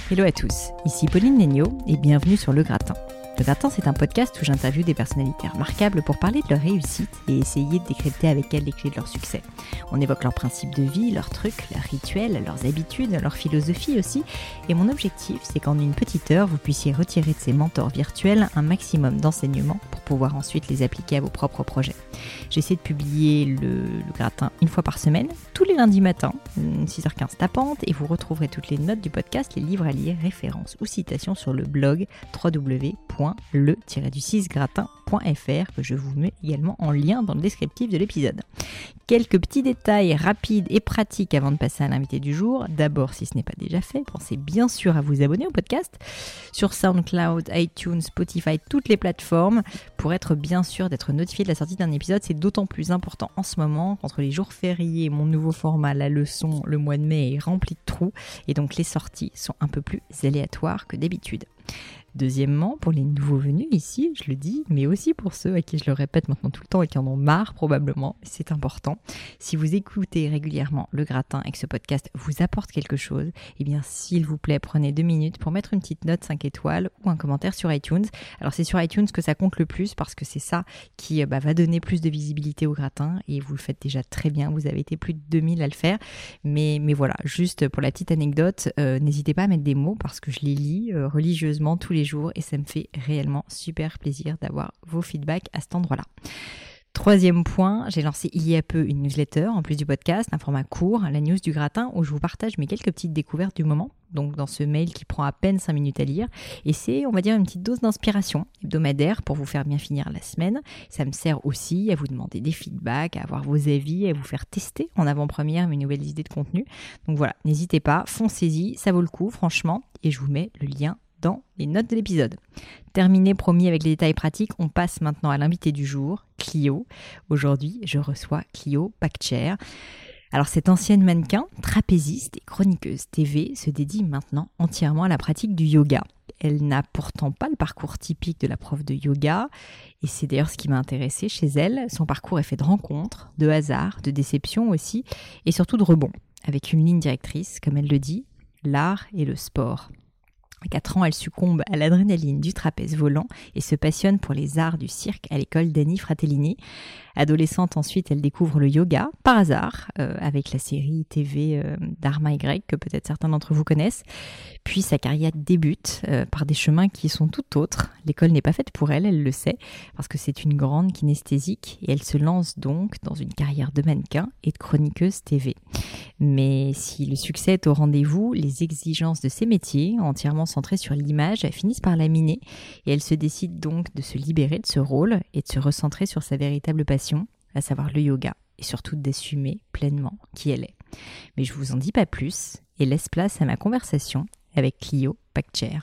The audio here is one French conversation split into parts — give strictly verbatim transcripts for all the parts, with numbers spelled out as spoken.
Hello à tous, ici Pauline Legnaud et bienvenue sur Le Gratin. Le Gratin, c'est un podcast où j'interviewe des personnalités remarquables pour parler de leur réussite et essayer de décrypter avec elles les clés de leur succès. On évoque leurs principes de vie, leurs trucs, leurs rituels, leurs habitudes, leur philosophie aussi. Et mon objectif, c'est qu'en une petite heure, vous puissiez retirer de ces mentors virtuels un maximum d'enseignements pour pouvoir ensuite les appliquer à vos propres projets. J'essaie de publier le, le Gratin une fois par semaine, tous les lundis matins, six heures quinze tapante, et vous retrouverez toutes les notes du podcast, les livres à lire, références ou citations sur le blog w w w point le tiret du six gratin point f r que je vous mets également en lien dans le descriptif de l'épisode. Quelques petits détails rapides et pratiques avant de passer à l'invité du jour. D'abord, si ce n'est pas déjà fait, pensez bien sûr à vous abonner au podcast sur SoundCloud, iTunes, Spotify, toutes les plateformes pour être bien sûr d'être notifié de la sortie d'un épisode. C'est d'autant plus important en ce moment qu'entre les jours fériés et mon nouveau format, la leçon, le mois de mai est rempli de trous et donc les sorties sont un peu plus aléatoires que d'habitude. Deuxièmement, pour les nouveaux venus ici, je le dis, mais aussi pour ceux à qui je le répète maintenant tout le temps et qui en ont marre probablement, c'est important. Si vous écoutez régulièrement Le Gratin et que ce podcast vous apporte quelque chose, eh bien s'il vous plaît, prenez deux minutes pour mettre une petite note cinq étoiles ou un commentaire sur iTunes. Alors c'est sur iTunes que ça compte le plus parce que c'est ça qui bah, va donner plus de visibilité au Gratin et vous le faites déjà très bien, vous avez été plus de deux mille à le faire. Mais, mais voilà, juste pour la petite anecdote, euh, n'hésitez pas à mettre des mots parce que je les lis euh, religieusement tous les jours et ça me fait réellement super plaisir d'avoir vos feedbacks à cet endroit-là. Troisième point, j'ai lancé il y a peu une newsletter en plus du podcast, un format court, la news du Gratin, où je vous partage mes quelques petites découvertes du moment. Donc dans ce mail qui prend à peine cinq minutes à lire. Et c'est, on va dire, une petite dose d'inspiration hebdomadaire pour vous faire bien finir la semaine. Ça me sert aussi à vous demander des feedbacks, à avoir vos avis, à vous faire tester en avant-première mes nouvelles idées de contenu. Donc voilà, n'hésitez pas, foncez-y, ça vaut le coup franchement. Et je vous mets le lien dans les notes de l'épisode. Terminé, promis, avec les détails pratiques, on passe maintenant à l'invité du jour, Clio. Aujourd'hui, je reçois Clio Paccher. Alors, cette ancienne mannequin, trapéziste et chroniqueuse T V se dédie maintenant entièrement à la pratique du yoga. Elle n'a pourtant pas le parcours typique de la prof de yoga, et c'est d'ailleurs ce qui m'a intéressée chez elle. Son parcours est fait de rencontres, de hasards, de déceptions aussi, et surtout de rebonds, avec une ligne directrice, comme elle le dit, l'art et le sport. À quatre ans, elle succombe à l'adrénaline du trapèze volant et se passionne pour les arts du cirque à l'école d'Annie Fratellini. Adolescente, ensuite, elle découvre le yoga, par hasard, euh, avec la série T V euh, d'Arma Y, que peut-être certains d'entre vous connaissent. Puis sa carrière débute euh, par des chemins qui sont tout autres. L'école n'est pas faite pour elle, elle le sait, parce que c'est une grande kinesthésique, et elle se lance donc dans une carrière de mannequin et de chroniqueuse T V. Mais si le succès est au rendez-vous, les exigences de ces métiers, entièrement centrées sur l'image, finissent par la miner, et elle se décide donc de se libérer de ce rôle et de se recentrer sur sa véritable passion, à savoir le yoga, et surtout d'assumer pleinement qui elle est. Mais je vous en dis pas plus et laisse place à ma conversation avec Clio Paccher.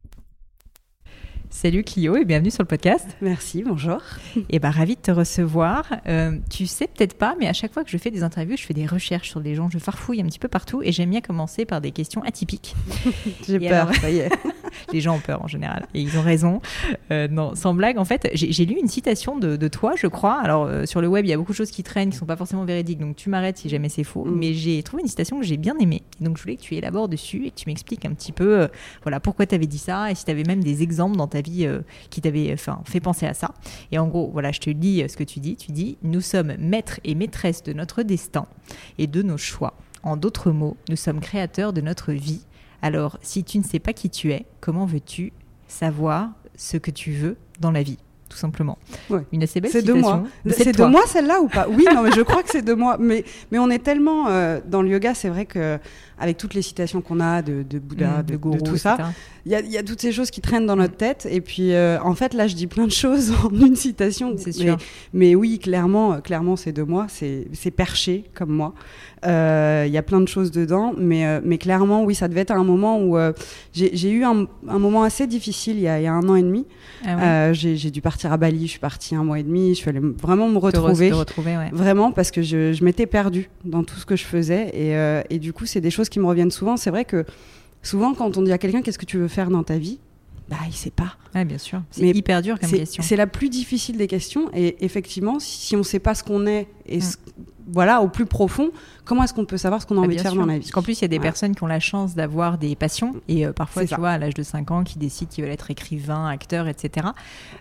Salut Clio et bienvenue sur le podcast. Merci, bonjour. Et bah ravie de te recevoir. Euh, tu sais peut-être pas, mais à chaque fois que je fais des interviews, je fais des recherches sur les gens, je farfouille un petit peu partout et j'aime bien commencer par des questions atypiques. J'ai et peur, alors... ça y est. Les gens ont peur en général et ils ont raison. Euh, non, sans blague, en fait, j'ai, j'ai lu une citation de, de toi, je crois. Alors euh, sur le web, il y a beaucoup de choses qui traînent, qui sont pas forcément véridiques, donc tu m'arrêtes si jamais c'est faux. Mm. Mais j'ai trouvé une citation que j'ai bien aimée. Donc je voulais que tu élabores dessus et que tu m'expliques un petit peu, euh, voilà, pourquoi tu avais dit ça et si tu avais même des exemples dans ta vie euh, qui t'avaient enfin, fait penser à ça. Et en gros, voilà, je te lis ce que tu dis. Tu dis, nous sommes maîtres et maîtresses de notre destin et de nos choix. En d'autres mots, nous sommes créateurs de notre vie. Alors, si tu ne sais pas qui tu es, comment veux-tu savoir ce que tu veux dans la vie, tout simplement. Ouais. Une assez belle c'est citation. De moi. De c'est toi. de moi celle-là ou pas ? Oui, non, mais je crois que c'est de moi. Mais, mais on est tellement euh, dans le yoga, c'est vrai que avec toutes les citations qu'on a de, de Bouddha, mmh, de, de, gourou, de tout ça, il y a, y a toutes ces choses qui traînent dans notre tête. Et puis, euh, en fait, là, je dis plein de choses en une citation. C'est sûr. Mais, mais oui, clairement, clairement, c'est de moi. C'est, c'est perché comme moi. Il euh, y a plein de choses dedans. Mais, euh, mais clairement, oui, ça devait être un moment où euh, j'ai, j'ai eu un, un moment assez difficile il y a, y a un an et demi. Ah ouais. euh, j'ai, j'ai dû partir à Bali. Je suis partie un mois et demi. Je suis allée vraiment me retrouver. Te re- te retrouver ouais. Vraiment, parce que je, je m'étais perdue dans tout ce que je faisais. Et, euh, et du coup, c'est des choses qui me reviennent souvent. C'est vrai que souvent, quand on dit à quelqu'un qu'est-ce que tu veux faire dans ta vie, bah, il ne sait pas. Ah, bien sûr. C'est Mais hyper dur comme c'est, question. C'est la plus difficile des questions. Et effectivement, si on ne sait pas ce qu'on est et, mmh. ce, voilà, au plus profond, comment est-ce qu'on peut savoir ce qu'on a envie de faire sûr. dans la vie? Parce qu'en plus, il y a des voilà. personnes qui ont la chance d'avoir des passions et euh, parfois, c'est tu ça. vois, à l'âge de cinq ans, qui décident qu'ils veulent être écrivain, acteur, et cetera.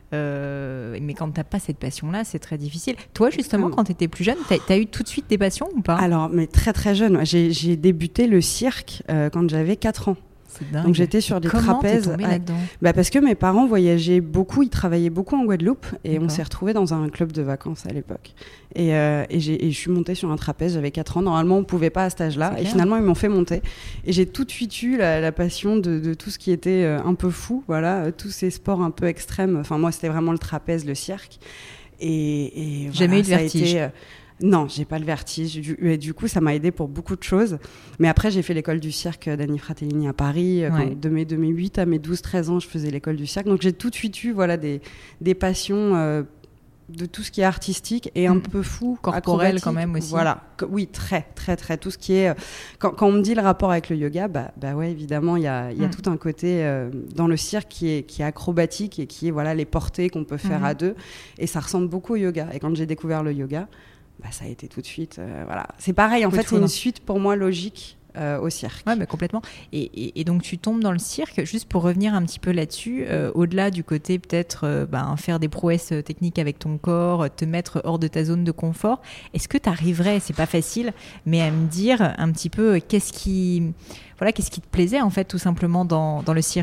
Euh, mais quand tu n'as pas cette passion-là, c'est très difficile. Toi, justement, Exactement. quand tu étais plus jeune, tu as eu tout de suite des passions ou pas? Alors, mais très très jeune. J'ai, j'ai débuté le cirque euh, quand j'avais quatre ans. Donc j'étais sur des Comment trapèzes. Comment t'es tombée là-dedans ? Bah parce que mes parents voyageaient beaucoup, ils travaillaient beaucoup en Guadeloupe et D'accord. on s'est retrouvés dans un club de vacances à l'époque. Et, euh, et, j'ai, et je suis montée sur un trapèze, j'avais quatre ans. Normalement, on ne pouvait pas à cet âge-là. C'est et clair. Finalement, ils m'ont fait monter. Et j'ai tout de suite eu la, la passion de, de tout ce qui était euh, un peu fou, voilà, euh, tous ces sports un peu extrêmes. Enfin, moi, c'était vraiment le trapèze, le cirque. Et, et Jamais voilà, eu de vertige. Ça a été, euh, Non, j'ai pas le vertige. Du, et du coup, ça m'a aidé pour beaucoup de choses. Mais après, j'ai fait l'école du cirque d'Annie Fratellini à Paris. Ouais. Quand, de mes deux mille huit à mes douze treize ans, je faisais l'école du cirque. Donc, j'ai tout de suite eu voilà, des, des passions euh, de tout ce qui est artistique et un mmh. peu fou. Corporel quand même aussi. Voilà. Oui, très, très, très. Tout ce qui est... Quand, quand on me dit le rapport avec le yoga, bah, bah ouais, évidemment, il y a, y a mmh. tout un côté euh, dans le cirque qui est, qui est acrobatique et qui est voilà, les portées qu'on peut faire mmh. à deux. Et ça ressemble beaucoup au yoga. Et quand j'ai découvert le yoga... Bah, ça a été tout de suite, euh, voilà. C'est pareil, en Coup fait, c'est une suite pour moi logique euh, au cirque. Oui, mais complètement. Et, et, et donc, tu tombes dans le cirque, juste pour revenir un petit peu là-dessus, euh, au-delà du côté peut-être euh, bah, faire des prouesses techniques avec ton corps, te mettre hors de ta zone de confort, est-ce que tu arriverais, c'est pas facile, mais à me dire un petit peu qu'est-ce qui, voilà, qu'est-ce qui te plaisait, en fait, tout simplement dans, dans le cirque ?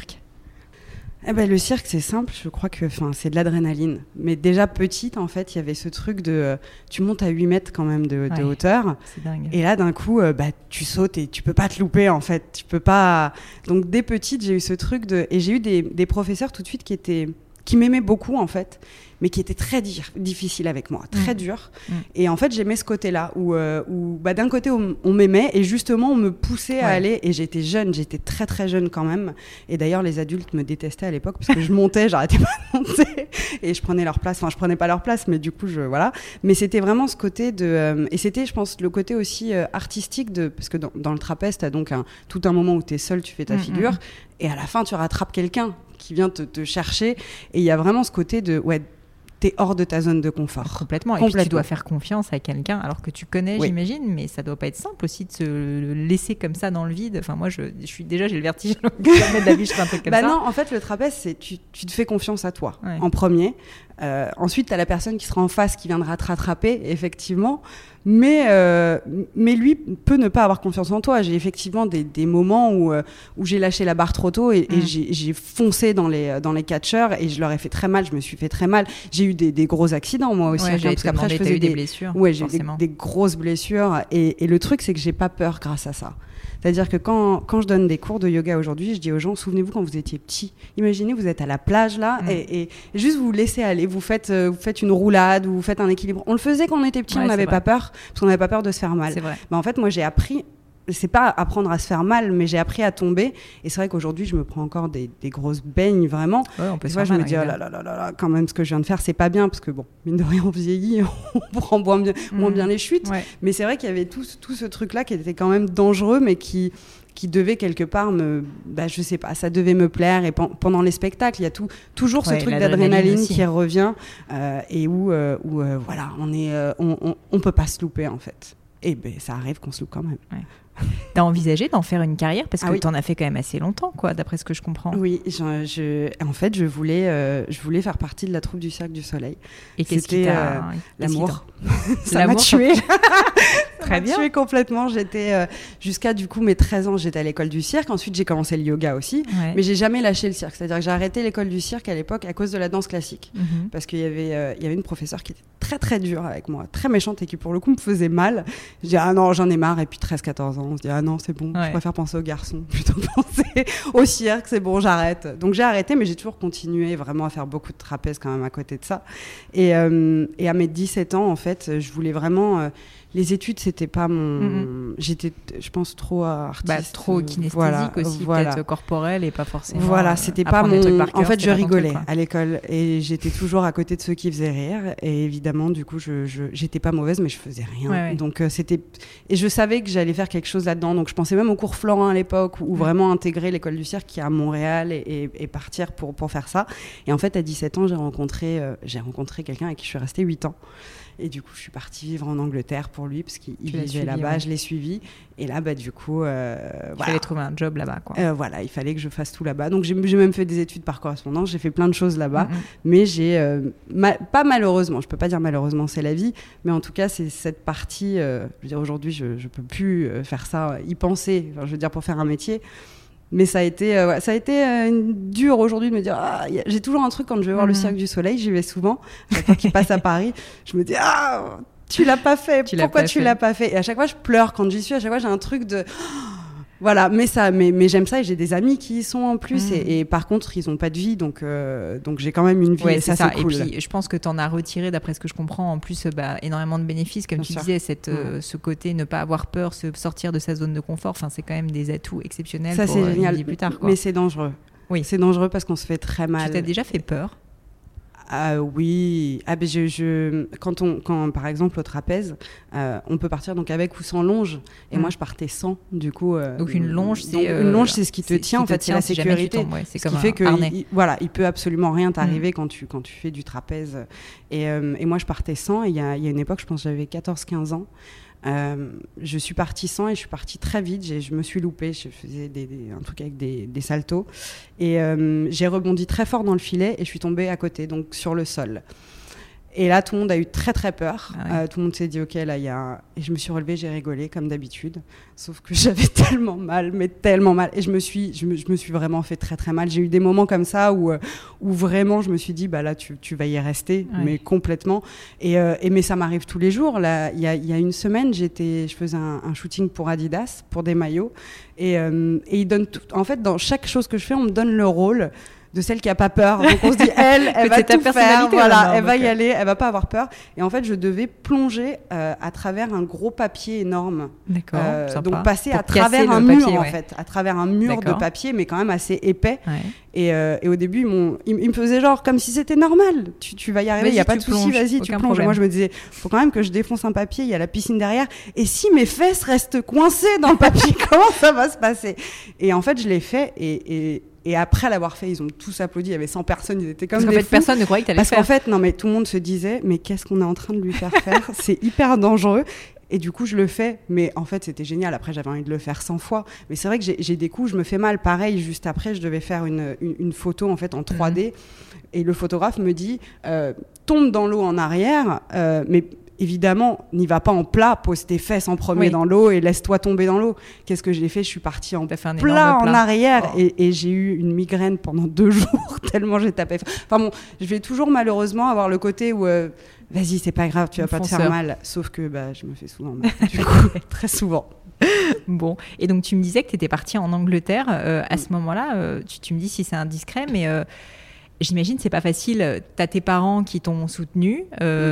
Eh ben, le cirque, c'est simple, je crois que c'est de l'adrénaline. Mais déjà petite, en fait, il y avait ce truc de... Euh, tu montes à huit mètres quand même de, de ouais, hauteur. C'est dingue. Et là, d'un coup, euh, bah, tu sautes et tu peux pas te louper, en fait. Tu peux pas... Donc, dès petite, j'ai eu ce truc de... Et j'ai eu des, des professeurs tout de suite qui étaient... qui m'aimaient beaucoup, en fait, mais qui étaient très di- difficiles avec moi, très mmh. durs. Mmh. Et en fait, j'aimais ce côté-là, où, euh, où bah, d'un côté, on, on m'aimait, et justement, on me poussait ouais. à aller, et j'étais jeune, j'étais très très jeune quand même. Et d'ailleurs, les adultes me détestaient à l'époque, parce que je montais, j'arrêtais pas de monter, et je prenais leur place, enfin, je prenais pas leur place, mais du coup, je, voilà. Mais c'était vraiment ce côté de... Euh, et c'était, je pense, le côté aussi euh, artistique, de, parce que dans, dans le trapèze, t'as donc un, tout un moment où t'es seul, tu fais ta mmh, figure, mmh. et à la fin, tu rattrapes quelqu'un qui vient te, te chercher, et il y a vraiment ce côté de... ouais, t'es hors de ta zone de confort. Complètement. Et puis tu dois faire confiance à quelqu'un alors que tu connais, oui. j'imagine, mais ça doit pas être simple aussi de se laisser comme ça dans le vide. Enfin, moi, je, je suis déjà, j'ai le vertige. Jamais de la vie, je fais un truc comme bah ça. Non, en fait, le trapèze, c'est tu, tu te fais confiance à toi ouais. en premier. Euh, ensuite, t'as la personne qui sera en face qui viendra te rattraper, effectivement. Mais, euh, mais lui peut ne pas avoir confiance en toi. J'ai effectivement des, des moments où, euh, où j'ai lâché la barre trop tôt et, mmh. et j'ai, j'ai foncé dans les, dans les catcheurs et je leur ai fait très mal, je me suis fait très mal. J'ai eu des, des gros accidents moi aussi. Ouais, parce qu'après, je faisais eu des, des blessures. Ouais, j'ai eu des, des grosses blessures. Et, et le truc, c'est que j'ai pas peur grâce à ça. C'est-à-dire que quand, quand je donne des cours de yoga aujourd'hui, je dis aux gens, souvenez-vous quand vous étiez petits, imaginez vous êtes à la plage là mmh. et, et juste vous vous laissez aller, vous faites, euh, vous faites une roulade ou vous faites un équilibre. On le faisait quand on était petits, ouais, on n'avait pas peur parce qu'on n'avait pas peur de se faire mal. C'est vrai. Mais en fait, moi j'ai appris, c'est pas apprendre à se faire mal, mais j'ai appris à tomber. Et c'est vrai qu'aujourd'hui, je me prends encore des, des grosses baignes, vraiment. Ouais, on peut et se fois, faire je mal, me dis, oh là là là là, quand même, ce que je viens de faire, c'est pas bien, parce que bon, mine de rien, on vieillit, on prend moins bien, mmh. moins bien les chutes. Ouais. Mais c'est vrai qu'il y avait tout, tout ce truc-là qui était quand même dangereux, mais qui, qui devait quelque part me, bah, je sais pas, ça devait me plaire. Et pen- pendant les spectacles, il y a tout, toujours ouais, ce truc d'adrénaline qui revient euh, et où, euh, où euh, voilà, on est, euh, on, on, on peut pas se louper en fait. Et ben, ça arrive qu'on se loupe quand même. Ouais. T'as envisagé d'en faire une carrière parce que ah oui. t'en as fait quand même assez longtemps, quoi, d'après ce que je comprends. Oui, je, je, en fait, je voulais, euh, je voulais faire partie de la troupe du Cirque du Soleil. Et qu'est-ce C'était qui t'a... euh, l'amour. Ça l'amour, m'a tué. Très bien. Tué complètement. J'étais euh, jusqu'à du coup mes treize ans, j'étais à l'école du cirque. Ensuite, j'ai commencé le yoga aussi, ouais. mais j'ai jamais lâché le cirque. C'est-à-dire que j'ai arrêté l'école du cirque à l'époque à cause de la danse classique, mm-hmm. parce qu'il y avait, euh, il y avait une professeure qui était très très dure avec moi, très méchante et qui pour le coup me faisait mal. Je dis ah non, j'en ai marre. Et puis treize quatorze ans, on se dit ah non, c'est bon, ouais. je préfère penser aux garçons plutôt que penser au cirque. C'est bon, j'arrête. Donc j'ai arrêté, mais j'ai toujours continué vraiment à faire beaucoup de trapèze quand même à côté de ça. Et, euh, et à mes dix-sept ans, en fait, je voulais vraiment euh, les études, c'était pas mon... Mm-hmm. J'étais, je pense, trop artiste. Bah, trop kinesthésique voilà, aussi, voilà. peut-être corporelle et pas forcément... Voilà, c'était euh, pas mon... Cœur, en fait, je rigolais truc, à l'école et j'étais toujours à côté de ceux qui faisaient rire. Et évidemment, du coup, je, je, j'étais pas mauvaise, mais je faisais rien. Ouais, ouais. Donc, euh, c'était... Et je savais que j'allais faire quelque chose là-dedans. Donc, je pensais même au cours Florent à l'époque, où mm. vraiment intégrer l'école du cirque qui est à Montréal et, et, et partir pour, pour faire ça. Et en fait, à dix-sept ans, j'ai rencontré, euh, j'ai rencontré quelqu'un avec qui je suis restée huit ans. Et du coup, je suis partie vivre en Angleterre pour lui, parce qu'il Tu l'as vivait suivi, là-bas, ouais. je l'ai suivi. Et là, bah, du coup, euh, Il voilà. fallait trouver un job là-bas, quoi. Euh, voilà, il fallait que je fasse tout là-bas. Donc, j'ai, j'ai même fait des études par correspondance, j'ai fait plein de choses là-bas. Mm-hmm. Mais j'ai, euh, ma- pas malheureusement, je peux pas dire malheureusement, c'est la vie, mais en tout cas, c'est cette partie, euh, je veux dire, aujourd'hui, je, je peux plus euh, faire ça, y penser, enfin, je veux dire, pour faire un métier. Mais ça a été, euh, ouais, ça a été euh, dur aujourd'hui de me dire, ah, y a, j'ai toujours un truc quand je vais voir mm-hmm. le Cirque du Soleil, j'y vais souvent, chaque fois qu'il passe à Paris, je me dis, ah, tu l'as pas fait, tu pourquoi l'as tu fait. l'as pas fait? Et à chaque fois, je pleure quand j'y suis, à chaque fois, j'ai un truc de... Voilà, mais ça, mais, mais j'aime ça et j'ai des amis qui y sont en plus mmh. et, et par contre ils n'ont pas de vie donc euh, donc j'ai quand même une vie ouais, et c'est ça, ça c'est cool. Et puis je pense que tu en as retiré d'après ce que je comprends en plus bah, énormément de bénéfices comme Bien tu sûr. disais cette, mmh. euh, ce côté ne pas avoir peur, se sortir de sa zone de confort, enfin c'est quand même des atouts exceptionnels ça, pour c'est euh, génial. une vie plus tard quoi. Mais c'est dangereux. Oui, c'est dangereux parce qu'on se fait très mal. Tu t'as déjà fait peur? Ah oui, ah, ben je, je, quand, on, quand par exemple au trapèze, euh, on peut partir donc avec ou sans longe. Et mmh. moi je partais sans, du coup. Euh, donc une longe, c'est donc, euh, une longe, c'est ce qui te tient en fait, c'est la si sécurité. Tombes, ouais, c'est ce comme qui un fait que harnais. il, voilà, il peut absolument rien t'arriver mmh. quand tu quand tu fais du trapèze. Et, euh, et moi je partais sans. Et il y a, y a une époque, je pense que j'avais quatorze quinze ans. Euh, je suis partie sans et je suis partie très vite. J'ai, je me suis loupée. Je faisais des, des, un truc avec des, des saltos et euh, j'ai rebondi très fort dans le filet et je suis tombée à côté, donc sur le sol. Et là, tout le monde a eu très très peur. Ah ouais. euh, tout le monde s'est dit, ok, là, il y a. Un... Et je me suis relevée, j'ai rigolé comme d'habitude. Sauf que j'avais tellement mal, mais tellement mal. Et je me suis, je me, je me suis vraiment fait très très mal. J'ai eu des moments comme ça où, où vraiment, je me suis dit, bah là, tu, tu vas y rester, ouais. mais complètement. Et, euh, et mais ça m'arrive tous les jours. Là, il y a, il y a une semaine, j'étais, je faisais un, un shooting pour Adidas, pour des maillots. Et, euh, et ils donnent tout... En fait, dans chaque chose que je fais, on me donne le rôle de celle qui a pas peur. Donc on se dit, elle, elle va tout faire, voilà, elle va y aller, elle va pas avoir peur. Et en fait, je devais plonger euh, à travers un gros papier énorme. D'accord. Euh, sympa. donc passer Pour à travers un papier, mur, ouais. en fait, à travers un mur D'accord. de papier, mais quand même assez épais. Ouais. Et, euh, et au début, ils, m'ont, ils, ils me faisaient genre comme si c'était normal. Tu, tu vas y arriver, il y a pas de souci, vas-y, tu plonges. Et moi, je me disais, faut quand même que je défonce un papier. Il y a la piscine derrière. Et si mes fesses restent coincées dans le papier, comment ça va se passer? Et en fait, je l'ai fait et, et Et après l'avoir fait, ils ont tous applaudi. Il y avait cent personnes, ils étaient comme Parce des qu'en fait, fous. personne ne croyait que tu allais Parce faire. Parce qu'en fait, non, mais tout le monde se disait, mais qu'est-ce qu'on est en train de lui faire faire? C'est hyper dangereux. Et du coup, je le fais. Mais en fait, c'était génial. Après, j'avais envie de le faire cent fois. Mais c'est vrai que j'ai, j'ai des coups, je me fais mal. Pareil, juste après, je devais faire une, une, une photo en fait en trois D. Mmh. Et le photographe me dit, euh, tombe dans l'eau en arrière, euh, mais évidemment, n'y va pas en plat, pose tes fesses en premier oui. dans l'eau et laisse-toi tomber dans l'eau. Qu'est-ce que j'ai fait? Je suis partie en plat, plat en arrière oh. et, et j'ai eu une migraine pendant deux jours tellement j'ai tapé. Enfin bon, je vais toujours malheureusement avoir le côté où euh, vas-y, c'est pas grave, tu vas pas te faire mal. Sauf que bah, je me fais souvent mal, du coup, très souvent. Bon, et donc tu me disais que tu étais partie en Angleterre. Euh, à ce moment-là, euh, tu, tu me dis si c'est indiscret, mais... Euh, j'imagine c'est pas facile. T'as tes parents qui t'ont soutenu,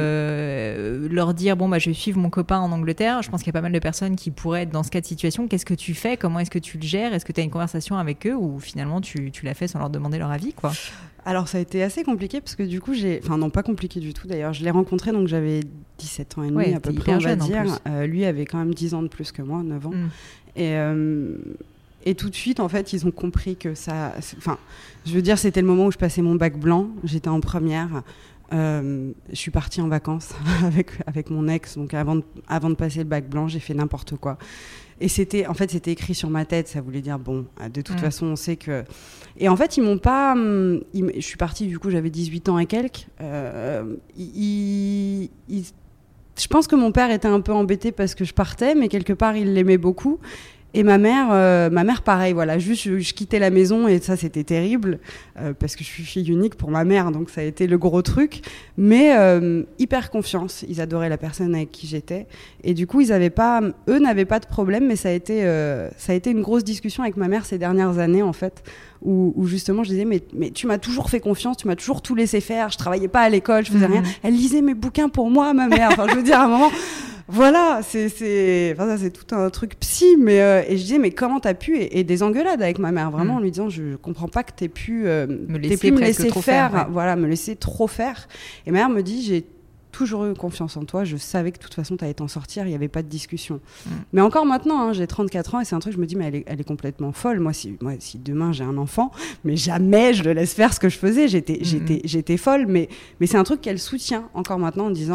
euh, mmh. leur dire bon bah je vais suivre mon copain en Angleterre. Je pense qu'il y a pas mal de personnes qui pourraient être dans ce cas de situation. Qu'est-ce que tu fais? Comment est-ce que tu le gères? Est-ce que tu as une conversation avec eux ou finalement tu, tu l'as fait sans leur demander leur avis quoi? Alors ça a été assez compliqué parce que du coup j'ai, enfin non pas compliqué du tout d'ailleurs. Je l'ai rencontré donc j'avais dix-sept ans et demi ouais, à peu près on va dire. Euh, lui avait quand même dix ans de plus que moi, neuf ans. Mmh. Et euh, Et tout de suite, en fait, ils ont compris que ça... Enfin, je veux dire, c'était le moment où je passais mon bac blanc. J'étais en première. Euh, je suis partie en vacances avec, avec mon ex. Donc, avant de, avant de passer le bac blanc, j'ai fait n'importe quoi. Et c'était... En fait, c'était écrit sur ma tête. Ça voulait dire, bon, de toute mmh. façon, on sait que... Et en fait, ils m'ont pas... Ils, je suis partie, du coup, j'avais dix-huit ans et quelques. Euh, ils... ils je pense que mon père était un peu embêté parce que je partais, mais quelque part, il l'aimait beaucoup. Et ma mère, euh, ma mère pareil, voilà, juste je, je quittais la maison et ça c'était terrible euh, parce que je suis fille unique pour ma mère, donc ça a été le gros truc. Mais euh, hyper confiance, ils adoraient la personne avec qui j'étais et du coup ils avaient pas, eux n'avaient pas de problème, mais ça a été, euh, ça a été une grosse discussion avec ma mère ces dernières années en fait, où, où justement je disais mais mais tu m'as toujours fait confiance, tu m'as toujours tout laissé faire, je travaillais pas à l'école, je faisais mmh. rien, elle lisait mes bouquins pour moi, ma mère. Enfin je veux dire à un moment. Voilà, c'est, c'est, enfin ça c'est tout un truc psy, mais euh, et je disais mais comment t'as pu et, et des engueulades avec ma mère vraiment mmh. en lui disant je comprends pas que t'aies pu euh, me laisser, pu me laisser trop faire, faire ouais. voilà, me laisser trop faire. Et ma mère me dit j'ai toujours eu confiance en toi, je savais que de toute façon t'allais t'en sortir, il y avait pas de discussion. Mmh. Mais encore maintenant, hein, j'ai trente-quatre ans et c'est un truc je me dis mais elle est, elle est complètement folle. Moi si, moi si demain j'ai un enfant, mais jamais je le laisse faire ce que je faisais. J'étais, mmh. j'étais, j'étais folle, mais mais c'est un truc qu'elle soutient encore maintenant en disant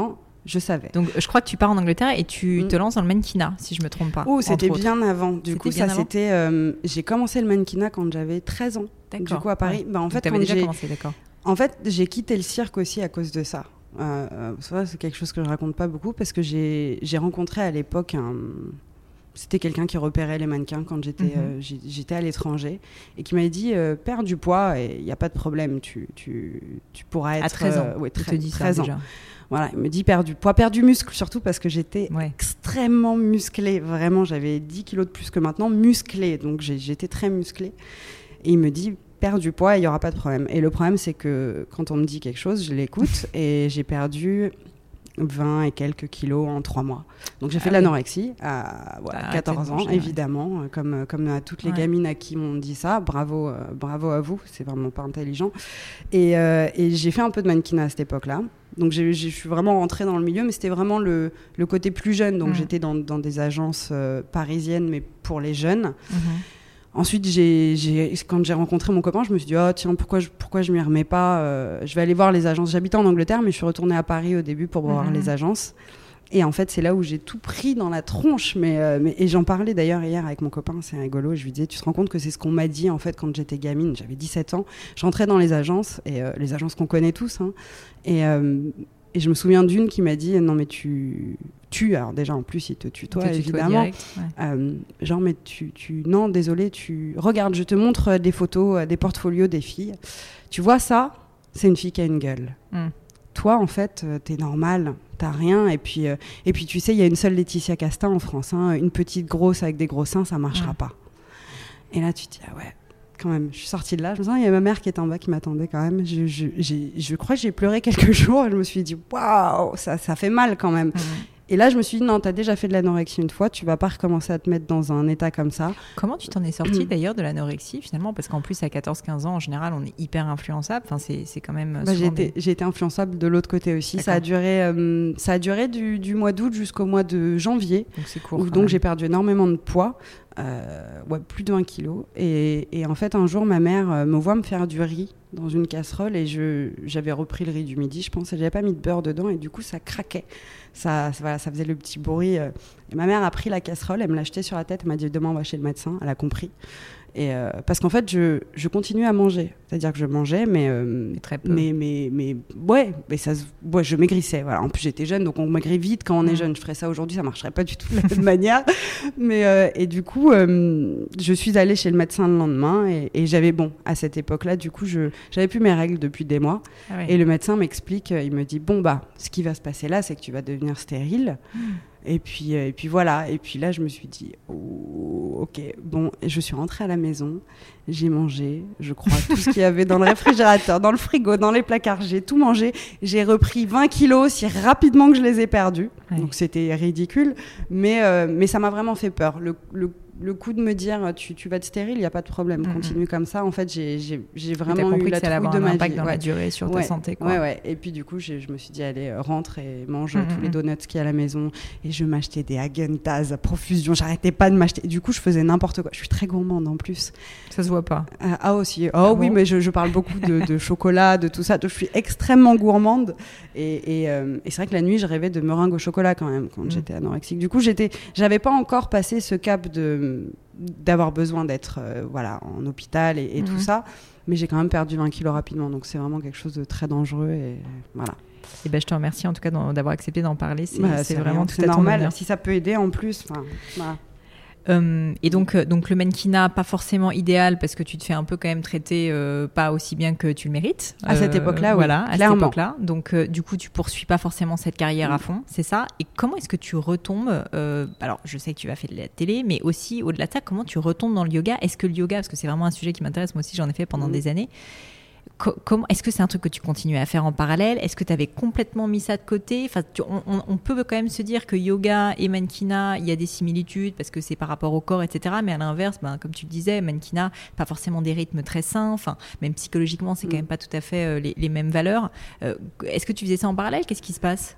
je savais. Donc je crois que tu pars en Angleterre et tu mmh. te lances dans le mannequinat, si je me trompe pas. Oh, c'était bien avant. Du c'était coup, bien ça avant c'était. Euh, j'ai commencé le mannequinat quand j'avais treize ans. D'accord. Du coup, à Paris. Ouais. Bah, en fait, tu avais déjà j'ai... commencé, d'accord. En fait, j'ai quitté le cirque aussi à cause de ça. Euh, ça, c'est quelque chose que je raconte pas beaucoup parce que j'ai, j'ai rencontré à l'époque un. C'était quelqu'un qui repérait les mannequins quand j'étais, mm-hmm. euh, j'étais à l'étranger et qui m'avait dit euh, perds du poids et il n'y a pas de problème, tu, tu, tu pourras être. À treize ans. Euh, ouais, il te dit treize ça ans. déjà. Voilà, il me dit perds du poids, perds du muscle surtout parce que j'étais ouais. extrêmement musclée. Vraiment, j'avais dix kilos de plus que maintenant, musclée. Donc j'ai, j'étais très musclée. Et il me dit perds du poids, il n'y aura pas de problème. Et le problème, c'est que quand on me dit quelque chose, je l'écoute et j'ai perdu vingt et quelques kilos en trois mois. Donc j'ai fait ah, de l'anorexie à voilà, ah, quatorze ans, évidemment, ouais. comme, comme à toutes les ouais. gamines à qui m'ont dit ça. Bravo, euh, bravo à vous, c'est vraiment pas intelligent. Et, euh, et j'ai fait un peu de mannequinat à cette époque-là. Donc je suis vraiment rentrée dans le milieu, mais c'était vraiment le, le côté plus jeune. Donc mmh. j'étais dans, dans des agences euh, parisiennes, mais pour les jeunes. Mmh. Ensuite, j'ai, j'ai, quand j'ai rencontré mon copain, je me suis dit oh tiens pourquoi je pourquoi je m'y remets pas euh, je vais aller voir les agences. J'habitais en Angleterre, mais je suis retournée à Paris au début pour voir mmh. les agences. Et en fait, c'est là où j'ai tout pris dans la tronche. Mais, euh, mais et j'en parlais d'ailleurs hier avec mon copain, c'est rigolo. Je lui disais tu te rends compte que c'est ce qu'on m'a dit en fait quand j'étais gamine. J'avais dix-sept ans. Je rentrais dans les agences et euh, les agences qu'on connaît tous. Hein, et euh, Et je me souviens d'une qui m'a dit non mais tu tu alors déjà en plus il te tutoie te évidemment direct, ouais. euh, genre mais tu tu non désolé tu regarde je te montre des photos des portfolios des filles, tu vois ça c'est une fille qui a une gueule. Mm. Toi en fait t'es normale, t'as rien et puis euh, et puis tu sais il y a une seule Laetitia Casta en France, hein, une petite grosse avec des gros seins ça marchera mm. pas. Et là tu te dis ah ouais. Quand même, je suis sortie de là, je me sens, il y a ma mère qui était en bas qui m'attendait quand même. Je, je, j'ai, je crois que j'ai pleuré quelques jours et je me suis dit, waouh, ça, ça fait mal quand même. Mmh. Et là, je me suis dit, non, t'as déjà fait de l'anorexie une fois, tu vas pas recommencer à te mettre dans un état comme ça. Comment tu t'en es sortie d'ailleurs de l'anorexie finalement ? Parce qu'en plus, à quatorze quinze ans, en général, on est hyper influençable. Enfin, c'est, c'est quand même. Bah, j'ai, été, des... j'ai été influençable de l'autre côté aussi. Ça a duré, euh, ça a duré du, du mois d'août jusqu'au mois de janvier. Donc, c'est court. Où, donc, même. J'ai perdu énormément de poids. Euh, ouais, plus de un kilo. Et, et en fait, un jour, ma mère euh, me voit me faire du riz dans une casserole et je, j'avais repris le riz du midi, je pense, et j'avais pas mis de beurre dedans et du coup, ça craquait. Ça, ça, voilà, ça faisait le petit bruit. Et ma mère a pris la casserole, elle me l'a jetée sur la tête, elle m'a dit demain on va chez le médecin. Elle a compris. Et euh, parce qu'en fait, je, je continuais à manger. C'est-à-dire que je mangeais, mais, euh, mais très peu. Mais, mais, mais ouais, mais ça, ouais, je maigrissais. Voilà. En plus, j'étais jeune, donc on maigrit vite quand on mmh. est jeune. Je ferais ça aujourd'hui, ça marcherait pas du tout de la même manière. Mais, euh, et du coup, euh, je suis allée chez le médecin le lendemain et, et j'avais, bon, à cette époque-là, du coup, je, j'avais plus mes règles depuis des mois. Ah oui. Et le médecin m'explique, il me dit, bon, bah, ce qui va se passer là, c'est que tu vas devenir stérile. Mmh. Et puis, et puis voilà. Et puis là, je me suis dit, oh, ok, bon, je suis rentrée à la maison, j'ai mangé, je crois, tout ce qu'il y avait dans le réfrigérateur, dans le frigo, dans les placards, j'ai tout mangé. J'ai repris vingt kilos si rapidement que je les ai perdus. Ouais. Donc c'était ridicule, mais, euh, mais ça m'a vraiment fait peur. Le, le, le coup de me dire, tu, tu vas être stérile, il n'y a pas de problème, mm-hmm. continue comme ça. En fait, j'ai, j'ai, j'ai vraiment eu la trouille de ma vie. un impact dans ouais. la durée sur ouais. ta santé. Quoi. Ouais, ouais. Et puis du coup, je me suis dit, allez, rentre et mange mm-hmm. tous les donuts qu'il y a à la maison. Et je m'achetais des Häagen-Dazs à profusion. J'arrêtais pas de m'acheter. Du coup, je faisais n'importe quoi. Je suis très gourmande en plus. Ça se voit pas. Euh, ah aussi. Oh ah oui, bon mais je, je parle beaucoup de, de chocolat, de tout ça. Donc, je suis extrêmement gourmande. Et, et, euh, et c'est vrai que la nuit, je rêvais de meringues au chocolat quand même quand mm. j'étais anorexique. Du coup, j'étais, j'avais pas encore passé ce cap de d'avoir besoin d'être euh, voilà en hôpital et, et mm. tout ça. Mais j'ai quand même perdu vingt kilos rapidement. Donc c'est vraiment quelque chose de très dangereux et voilà. Et ben, je te remercie en tout cas d'avoir accepté d'en parler. C'est, bah, c'est, c'est vraiment rien, tout c'est à ton normal. honneur. Si ça peut aider en plus. Voilà. Euh, et donc, euh, donc le mannequinat, pas forcément idéal parce que tu te fais un peu quand même traiter euh, pas aussi bien que tu le mérites. À euh, cette époque-là, voilà, oui, à clairement. cette époque-là. Donc, euh, du coup, tu poursuis pas forcément cette carrière mmh. à fond, c'est ça. Et comment est-ce que tu retombes euh, alors, je sais que tu as fait de la télé, mais aussi au-delà de ça, comment tu retombes dans le yoga ? Est-ce que le yoga, parce que c'est vraiment un sujet qui m'intéresse, moi aussi, j'en ai fait pendant mmh. des années. Comment, est-ce que c'est un truc que tu continues à faire en parallèle ? Est-ce que tu avais complètement mis ça de côté ? Enfin, tu, on, on peut quand même se dire que yoga et mannequinat, il y a des similitudes parce que c'est par rapport au corps, et cetera. Mais à l'inverse, ben, comme tu le disais, mannequinat, pas forcément des rythmes très sains. Enfin, même psychologiquement, c'est quand même pas tout à fait euh, les, les mêmes valeurs. Euh, est-ce que tu faisais ça en parallèle ? Qu'est-ce qui se passe ?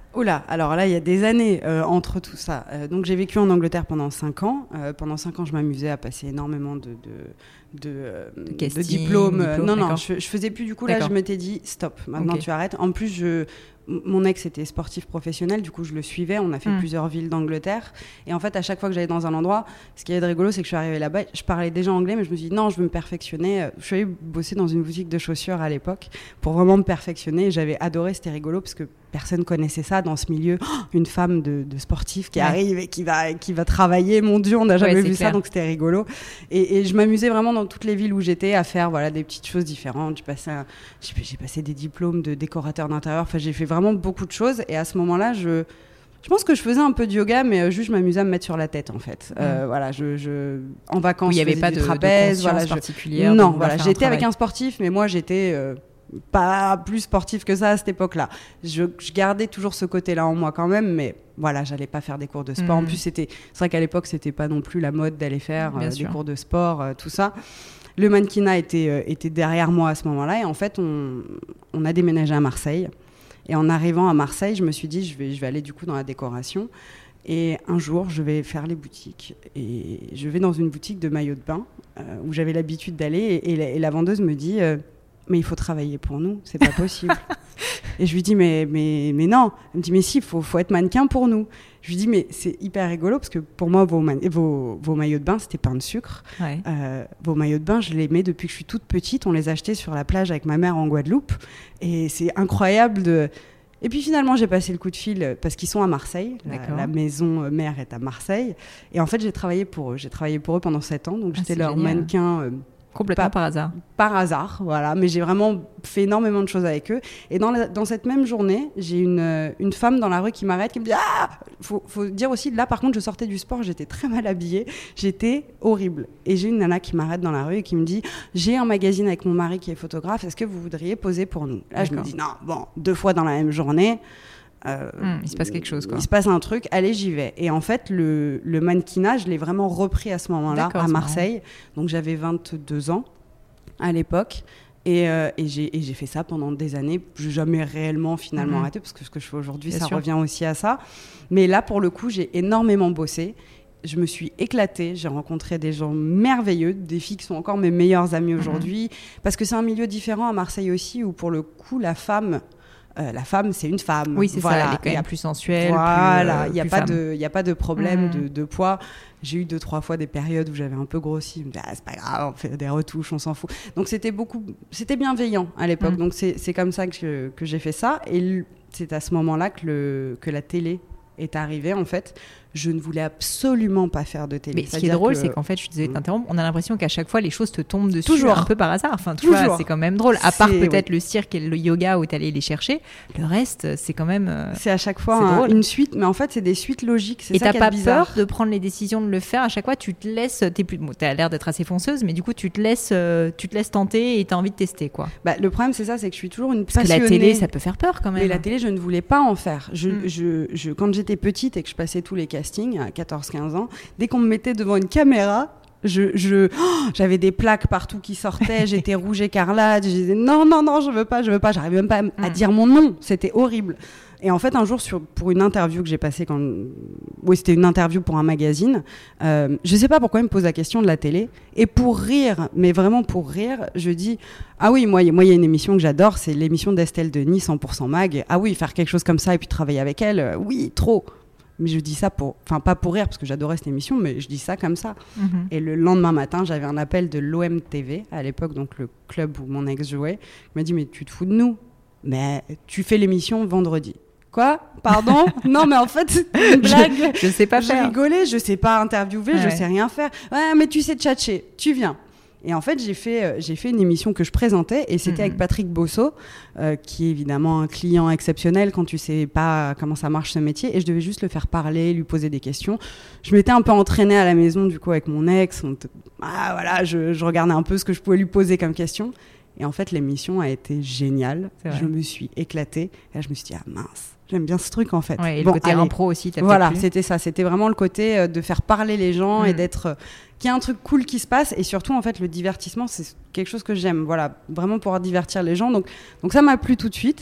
Oula, alors là, il y a des années euh, entre tout ça. Euh, donc, j'ai vécu en Angleterre pendant cinq ans. Euh, pendant cinq ans, je m'amusais à passer énormément de, de, de, euh, de, casting, de diplômes. diplôme, non, d'accord. non, je, je faisais plus. Du coup, d'accord. là, je m'étais dit, stop, maintenant okay. tu arrêtes. En plus, je... Mon ex était sportif professionnel, du coup je le suivais, on a fait mmh. plusieurs villes d'Angleterre et en fait à chaque fois que j'allais dans un endroit, ce qui est de rigolo c'est que je suis arrivée là-bas, je parlais déjà anglais mais je me suis dit non je veux me perfectionner, je suis allée bosser dans une boutique de chaussures à l'époque pour vraiment me perfectionner et j'avais adoré, c'était rigolo parce que personne connaissait ça dans ce milieu, oh, une femme de, de sportif qui ouais. arrive et qui va, qui va travailler, mon Dieu on n'a jamais ouais, vu clair. Ça donc c'était rigolo et, et je m'amusais vraiment dans toutes les villes où j'étais à faire voilà, des petites choses différentes, j'ai passé, un, j'ai, j'ai passé des diplômes de décorateur d'intérieur, enfin j'ai fait vraiment beaucoup de choses et à ce moment-là je, je pense que je faisais un peu de yoga mais juste je m'amusais à me mettre sur la tête en fait mmh. euh, voilà je, je en vacances il n'y avait pas de, trapèze, de voilà, je, particulière non voilà j'étais un avec un sportif mais moi j'étais euh, pas plus sportif que ça à cette époque-là je, je gardais toujours ce côté-là en moi quand même mais voilà j'allais pas faire des cours de sport mmh. en plus c'était c'est vrai qu'à l'époque c'était pas non plus la mode d'aller faire euh, des cours de sport euh, tout ça. Le mannequinat était, euh, était derrière moi à ce moment-là et en fait on, on a déménagé à Marseille. Et en arrivant à Marseille, je me suis dit, je vais, je vais aller du coup dans la décoration. Et un jour, je vais faire les boutiques. Et je vais dans une boutique de maillots de bain euh, où j'avais l'habitude d'aller. Et, et, la, et la vendeuse me dit, euh, mais il faut travailler pour nous, c'est pas possible. Et je lui dis, mais, mais, mais non. Elle me dit, mais si, il faut, faut être mannequin pour nous. Je lui dis, mais c'est hyper rigolo parce que pour moi, vos, man- vos, vos maillots de bain, c'était pain de sucre. Ouais. Euh, vos maillots de bain, je les mets depuis que je suis toute petite. On les achetait sur la plage avec ma mère en Guadeloupe. Et c'est incroyable de... Et puis finalement, j'ai passé le coup de fil parce qu'ils sont à Marseille. La, la maison mère est à Marseille. Et en fait, j'ai travaillé pour eux. J'ai travaillé pour eux pendant sept ans. Donc, ah, j'étais leur génial. mannequin... Euh, Complètement pas, par hasard. Par hasard, voilà. Mais j'ai vraiment fait énormément de choses avec eux. Et dans, la, dans cette même journée, j'ai une, une femme dans la rue qui m'arrête, qui me dit « Ah !» faut, faut dire aussi, là, par contre, je sortais du sport, j'étais très mal habillée. J'étais horrible. Et j'ai une nana qui m'arrête dans la rue et qui me dit « J'ai un magazine avec mon mari qui est photographe. Est-ce que vous voudriez poser pour nous ?» Là, D'accord. je me dis « Non, bon, deux fois dans la même journée. » Euh, mmh, il se passe quelque chose, quoi. Il se passe un truc, allez, j'y vais. Et en fait, le, le mannequinat, je l'ai vraiment repris à ce moment-là, D'accord, à Marseille. Donc, j'avais vingt-deux ans à l'époque. Et, euh, et, j'ai, et j'ai fait ça pendant des années. Je n'ai jamais réellement, finalement, mmh. arrêté, parce que ce que je fais aujourd'hui, Bien ça sûr. revient aussi à ça. Mais là, pour le coup, j'ai énormément bossé. Je me suis éclatée, j'ai rencontré des gens merveilleux, des filles qui sont encore mes meilleures amies aujourd'hui. Mmh. Parce que c'est un milieu différent à Marseille aussi, où pour le coup, la femme... Euh, la femme, c'est une femme. Oui, c'est voilà. ça, elle est quand même plus sensuelle. Voilà, il euh, n'y a, a, a pas de problème mmh. de, de poids. J'ai eu deux, trois fois des périodes où j'avais un peu grossi. Je me disais, ah, c'est pas grave, on fait des retouches, on s'en fout. Donc, c'était beaucoup, c'était bienveillant à l'époque. Mmh. Donc, c'est, c'est comme ça que, que j'ai fait ça. Et c'est à ce moment-là que, le, que la télé est arrivée, en fait. Je ne voulais absolument pas faire de télé. Mais ce qui est drôle, que... c'est qu'en fait, je disais t'interrompre, on a l'impression qu'à chaque fois, les choses te tombent dessus Toujours. un peu par hasard. Enfin, tu Toujours. vois, c'est quand même drôle. À part c'est... peut-être oui. le cirque et le yoga où tu allais les chercher, le reste, c'est quand même. Euh... C'est à chaque fois un, une suite, mais en fait, c'est des suites logiques. C'est et ça t'as pas bizarre. peur de prendre les décisions de le faire. À chaque fois, tu te laisses. T'es plus. Bon, t'as l'air d'être assez fonceuse, mais du coup, tu te laisses, euh, tu te laisses tenter et t'as envie de tester, quoi. Bah, le problème, c'est ça, c'est que je suis toujours une passionnée. Parce que la télé, ça peut faire peur quand même. Mais la télé, je ne voulais pas en faire. Je, mm. je, je, quand j'étais petite et que je passais tous les castings à quatorze quinze ans, dès qu'on me mettait devant une caméra, je, je, oh, j'avais des plaques partout qui sortaient, j'étais rouge écarlate, je disais non, non, non, je veux pas, je veux pas, j'arrivais même pas à, à dire mon nom, c'était horrible. Et en fait, un jour, sur, pour une interview que j'ai passée, quand... oui, c'était une interview pour un magazine, euh, je sais pas pourquoi il me pose la question de la télé, et pour rire, mais vraiment pour rire, je dis, ah oui, moi, moi, il y a une émission que j'adore, c'est l'émission d'Estelle Denis, cent pour cent Mag, ah oui, faire quelque chose comme ça et puis travailler avec elle, euh, oui, trop. Mais je dis ça pour, enfin pas pour rire parce que j'adorais cette émission, mais je dis ça comme ça. Mm-hmm. Et le lendemain matin, j'avais un appel de l'O M T V à l'époque, donc le club où mon ex jouait. Il m'a dit mais tu te fous de nous ? Mais tu fais l'émission vendredi. Quoi ? Pardon ? Non mais en fait c'est une blague. Je, je sais pas faire. J'ai rigolé, je sais pas interviewer, ah, je ouais. sais rien faire. Ouais mais tu sais tchatcher, tu viens. Et en fait, j'ai fait, euh, j'ai fait une émission que je présentais et c'était mmh. avec Patrick Bosso, euh, qui est évidemment un client exceptionnel quand tu sais pas comment ça marche ce métier. Et je devais juste le faire parler, lui poser des questions. Je m'étais un peu entraînée à la maison, du coup, avec mon ex. On te... Ah voilà, je, je regardais un peu ce que je pouvais lui poser comme question. Et en fait, l'émission a été géniale. Je me suis éclatée. Et là, je me suis dit, ah mince, j'aime bien ce truc en fait. Ouais, et bon, le côté allez. impro aussi, t'as Voilà, fait c'était ça. C'était vraiment le côté euh, de faire parler les gens mmh. et d'être... Euh, qu'il y a un truc cool qui se passe. Et surtout, en fait, le divertissement, c'est quelque chose que j'aime. Voilà, vraiment pouvoir divertir les gens. Donc, donc ça m'a plu tout de suite.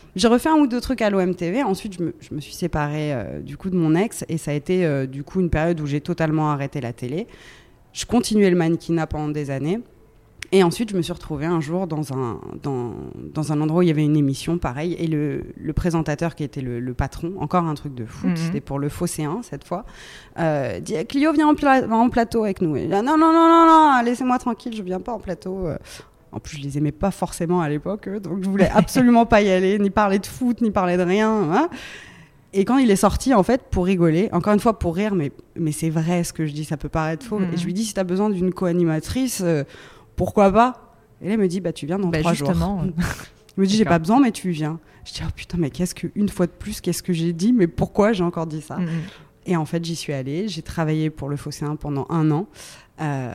J'ai refait un ou deux trucs à l'O M T V. Ensuite, je me, je me suis séparée euh, du coup de mon ex et ça a été euh, du coup une période où j'ai totalement arrêté la télé. Je continuais le mannequinat pendant des années. Et ensuite, je me suis retrouvée un jour dans un, dans, dans un endroit où il y avait une émission, pareil, et le, le présentateur qui était le, le patron, encore un truc de fou, mm-hmm. c'était pour le Phocéen cette fois, euh, dit « Clio, viens en, pla- en plateau avec nous ». Et là, non, non, non, non, non, laissez-moi tranquille, je viens pas en plateau. En plus, je les aimais pas forcément à l'époque, donc je voulais absolument pas y aller, ni parler de foot, ni parler de rien. Hein. Et quand il est sorti, en fait, pour rigoler, encore une fois pour rire, mais, mais c'est vrai ce que je dis, ça peut paraître faux, mm-hmm. et je lui dis « Si tu as besoin d'une co-animatrice… Euh, pourquoi pas ?» Et là, il me dit, bah, tu viens dans bah, trois justement, jours. Il me dit, j'ai pas besoin, mais tu viens. Je dis, oh putain, mais qu'est-ce que, une fois de plus, qu'est-ce que j'ai dit ? Mais pourquoi j'ai encore dit ça ? mm-hmm. Et en fait, j'y suis allée. J'ai travaillé pour le Phocéen pendant un an. Euh,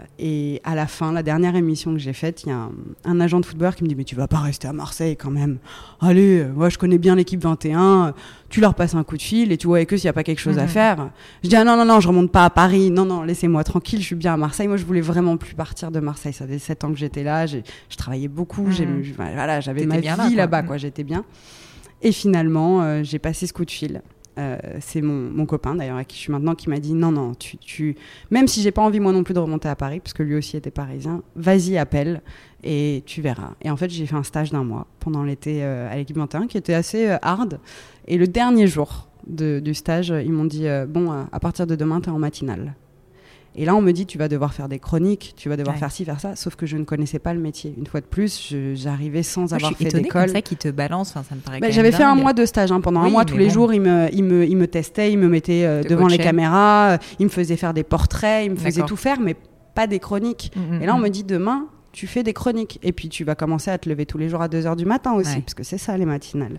et à la fin, la dernière émission que j'ai faite, il y a un, un agent de footballeur qui me dit, mais tu vas pas rester à Marseille quand même. Allez, moi, je connais bien l'équipe vingt et un. Tu leur passes un coup de fil et tu vois avec eux s'il n'y a pas quelque chose mm-hmm. à faire. Je dis, ah non, non, non, je remonte pas à Paris. Non, non, laissez-moi tranquille, je suis bien à Marseille. Moi, je voulais vraiment plus partir de Marseille. Ça faisait sept ans que j'étais là. J'ai, je travaillais beaucoup. Mm-hmm. J'ai, voilà, j'avais T'étais ma vie là, quoi. là-bas, quoi. J'étais bien. Et finalement, euh, j'ai passé ce coup de fil. Euh, c'est mon, mon copain d'ailleurs avec qui je suis maintenant qui m'a dit non non tu, tu même si j'ai pas envie moi non plus de remonter à Paris parce que lui aussi était parisien, vas-y appelle et tu verras. Et en fait j'ai fait un stage d'un mois pendant l'été euh, à l'équipe vingt et un qui était assez euh, hard et le dernier jour de, du stage ils m'ont dit euh, bon euh, à partir de demain t'es en matinale. Et là, on me dit, tu vas devoir faire des chroniques, tu vas devoir ouais. faire ci, faire ça. Sauf que je ne connaissais pas le métier. Une fois de plus, je, j'arrivais sans Moi, avoir fait d'école. Je suis étonnée comme ça qu'ils te balancent. Enfin, ça me paraît bah, quand J'avais même fait dingue. un mois de stage. Hein. Pendant oui, un mois, tous les bon. jours, ils me, ils, me, ils me testaient, ils me mettaient euh, devant coacher. les caméras, ils me faisaient faire des portraits, ils me faisaient D'accord. tout faire, mais pas des chroniques. Mmh, et là, on me dit, demain, tu fais des chroniques. Et puis, tu vas commencer à te lever tous les jours à deux heures du matin aussi, ouais. parce que c'est ça, les matinales.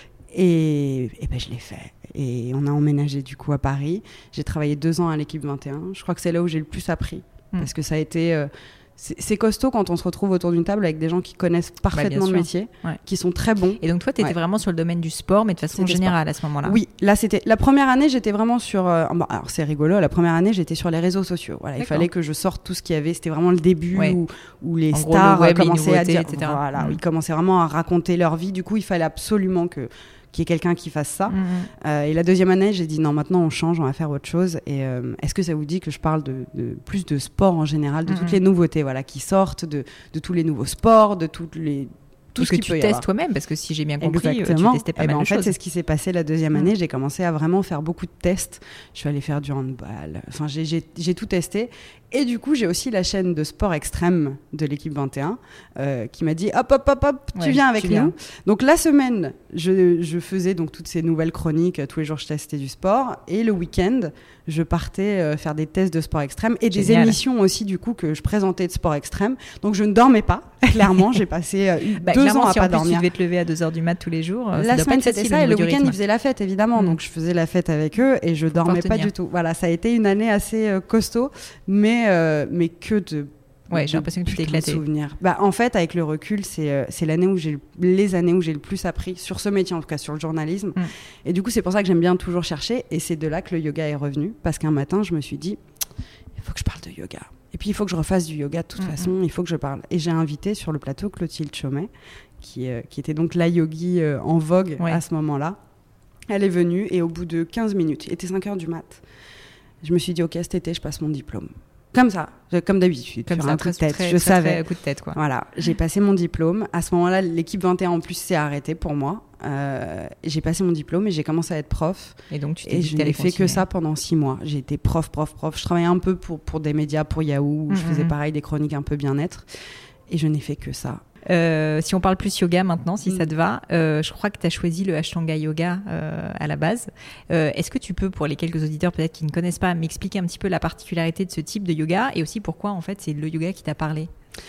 Et, et ben, je l'ai fait. Et on a emménagé du coup à Paris. J'ai travaillé deux ans à l'équipe vingt et un. Je crois que c'est là où j'ai le plus appris. Mmh. Parce que ça a été... Euh, c'est, c'est costaud quand on se retrouve autour d'une table avec des gens qui connaissent parfaitement bah, le métier, ouais. qui sont très bons. Et donc toi, tu étais ouais. vraiment sur le domaine du sport, mais de façon c'était générale sport. À ce moment-là. Oui, là c'était... La première année, j'étais vraiment sur... Euh... Bon, alors c'est rigolo, la première année, j'étais sur les réseaux sociaux. Voilà, il fallait que je sorte tout ce qu'il y avait. C'était vraiment le début ouais. où, où les en stars gros, le web, commençaient les à dire... et cetera. Voilà, mmh. où ils commençaient vraiment à raconter leur vie. Du coup, il fallait absolument que... qu'il y ait quelqu'un qui fasse ça. Mmh. Euh, et la deuxième année, j'ai dit non, maintenant on change, on va faire autre chose. Et euh, est-ce que ça vous dit que je parle de, de plus de sport en général, de mmh. toutes les nouveautés voilà, qui sortent, de, de tous les nouveaux sports, de toutes les... tout et ce que qui tu peut y testes avoir. toi-même, parce que si j'ai bien compris, Exactement. tu testais pas et mal ben, de en fait, choses. c'est ce qui s'est passé la deuxième année. Mmh. J'ai commencé à vraiment faire beaucoup de tests. Je suis allée faire du handball. Enfin, j'ai, j'ai, j'ai tout testé. Et du coup, j'ai aussi la chaîne de sport extrême de l'équipe vingt et un euh, qui m'a dit hop, hop, hop, hop, tu ouais, viens avec tu nous. Viens. Donc la semaine, je, je faisais donc toutes ces nouvelles chroniques. Tous les jours, je testais du sport. Et le week-end, je partais euh, faire des tests de sport extrême et Génial. Des émissions aussi, du coup, que je présentais de sport extrême. Donc je ne dormais pas. Clairement, j'ai passé euh, bah, deux ans à si pas en plus, dormir. Tu devais te lever à deux heures du mat tous les jours. La semaine, c'était ça. Et le week-end, ils faisaient la fête, évidemment. Mmh. Donc je faisais la fête avec eux et je dormais pas du tout. Voilà, ça a été une année assez euh, costaud, mais, euh, mais que de. Ouais, j'ai l'impression que tu t'es éclaté. Souvenirs. Bah, en fait, avec le recul, c'est, euh, c'est l'année où j'ai, les années où j'ai le plus appris sur ce métier, en tout cas sur le journalisme. Mm. Et du coup, c'est pour ça que j'aime bien toujours chercher. Et c'est de là que le yoga est revenu. Parce qu'un matin, je me suis dit, il faut que je parle de yoga. Et puis, il faut que je refasse du yoga de toute mm-hmm. façon. Il faut que je parle. Et j'ai invité sur le plateau Clotilde Chaumet, qui, euh, qui était donc la yogi euh, en vogue ouais. à ce moment-là. Elle est venue et au bout de quinze minutes, il était cinq heures du mat', je me suis dit, OK, cet été, je passe mon diplôme. Comme ça, comme d'habitude, comme sur ça, un coup de tête, très, je très, savais. Très coup de tête, quoi. Voilà, j'ai passé mon diplôme. À ce moment-là, l'équipe vingt et un en plus s'est arrêtée pour moi. Euh, j'ai passé mon diplôme et j'ai commencé à être prof. Et donc tu t'es et dit je n'ai fait que ça pendant six mois. J'ai été prof, prof, prof. Je travaillais un peu pour pour des médias, pour Yahoo. Mm-hmm. Je faisais pareil des chroniques un peu bien-être. Et je n'ai fait que ça. Euh, si on parle plus yoga maintenant, si mmh. ça te va, euh, je crois que tu as choisi le Ashtanga Yoga euh, à la base. Euh, est-ce que tu peux, pour les quelques auditeurs peut-être qui ne connaissent pas, m'expliquer un petit peu la particularité de ce type de yoga et aussi pourquoi en fait c'est le yoga qui t'a parlé ?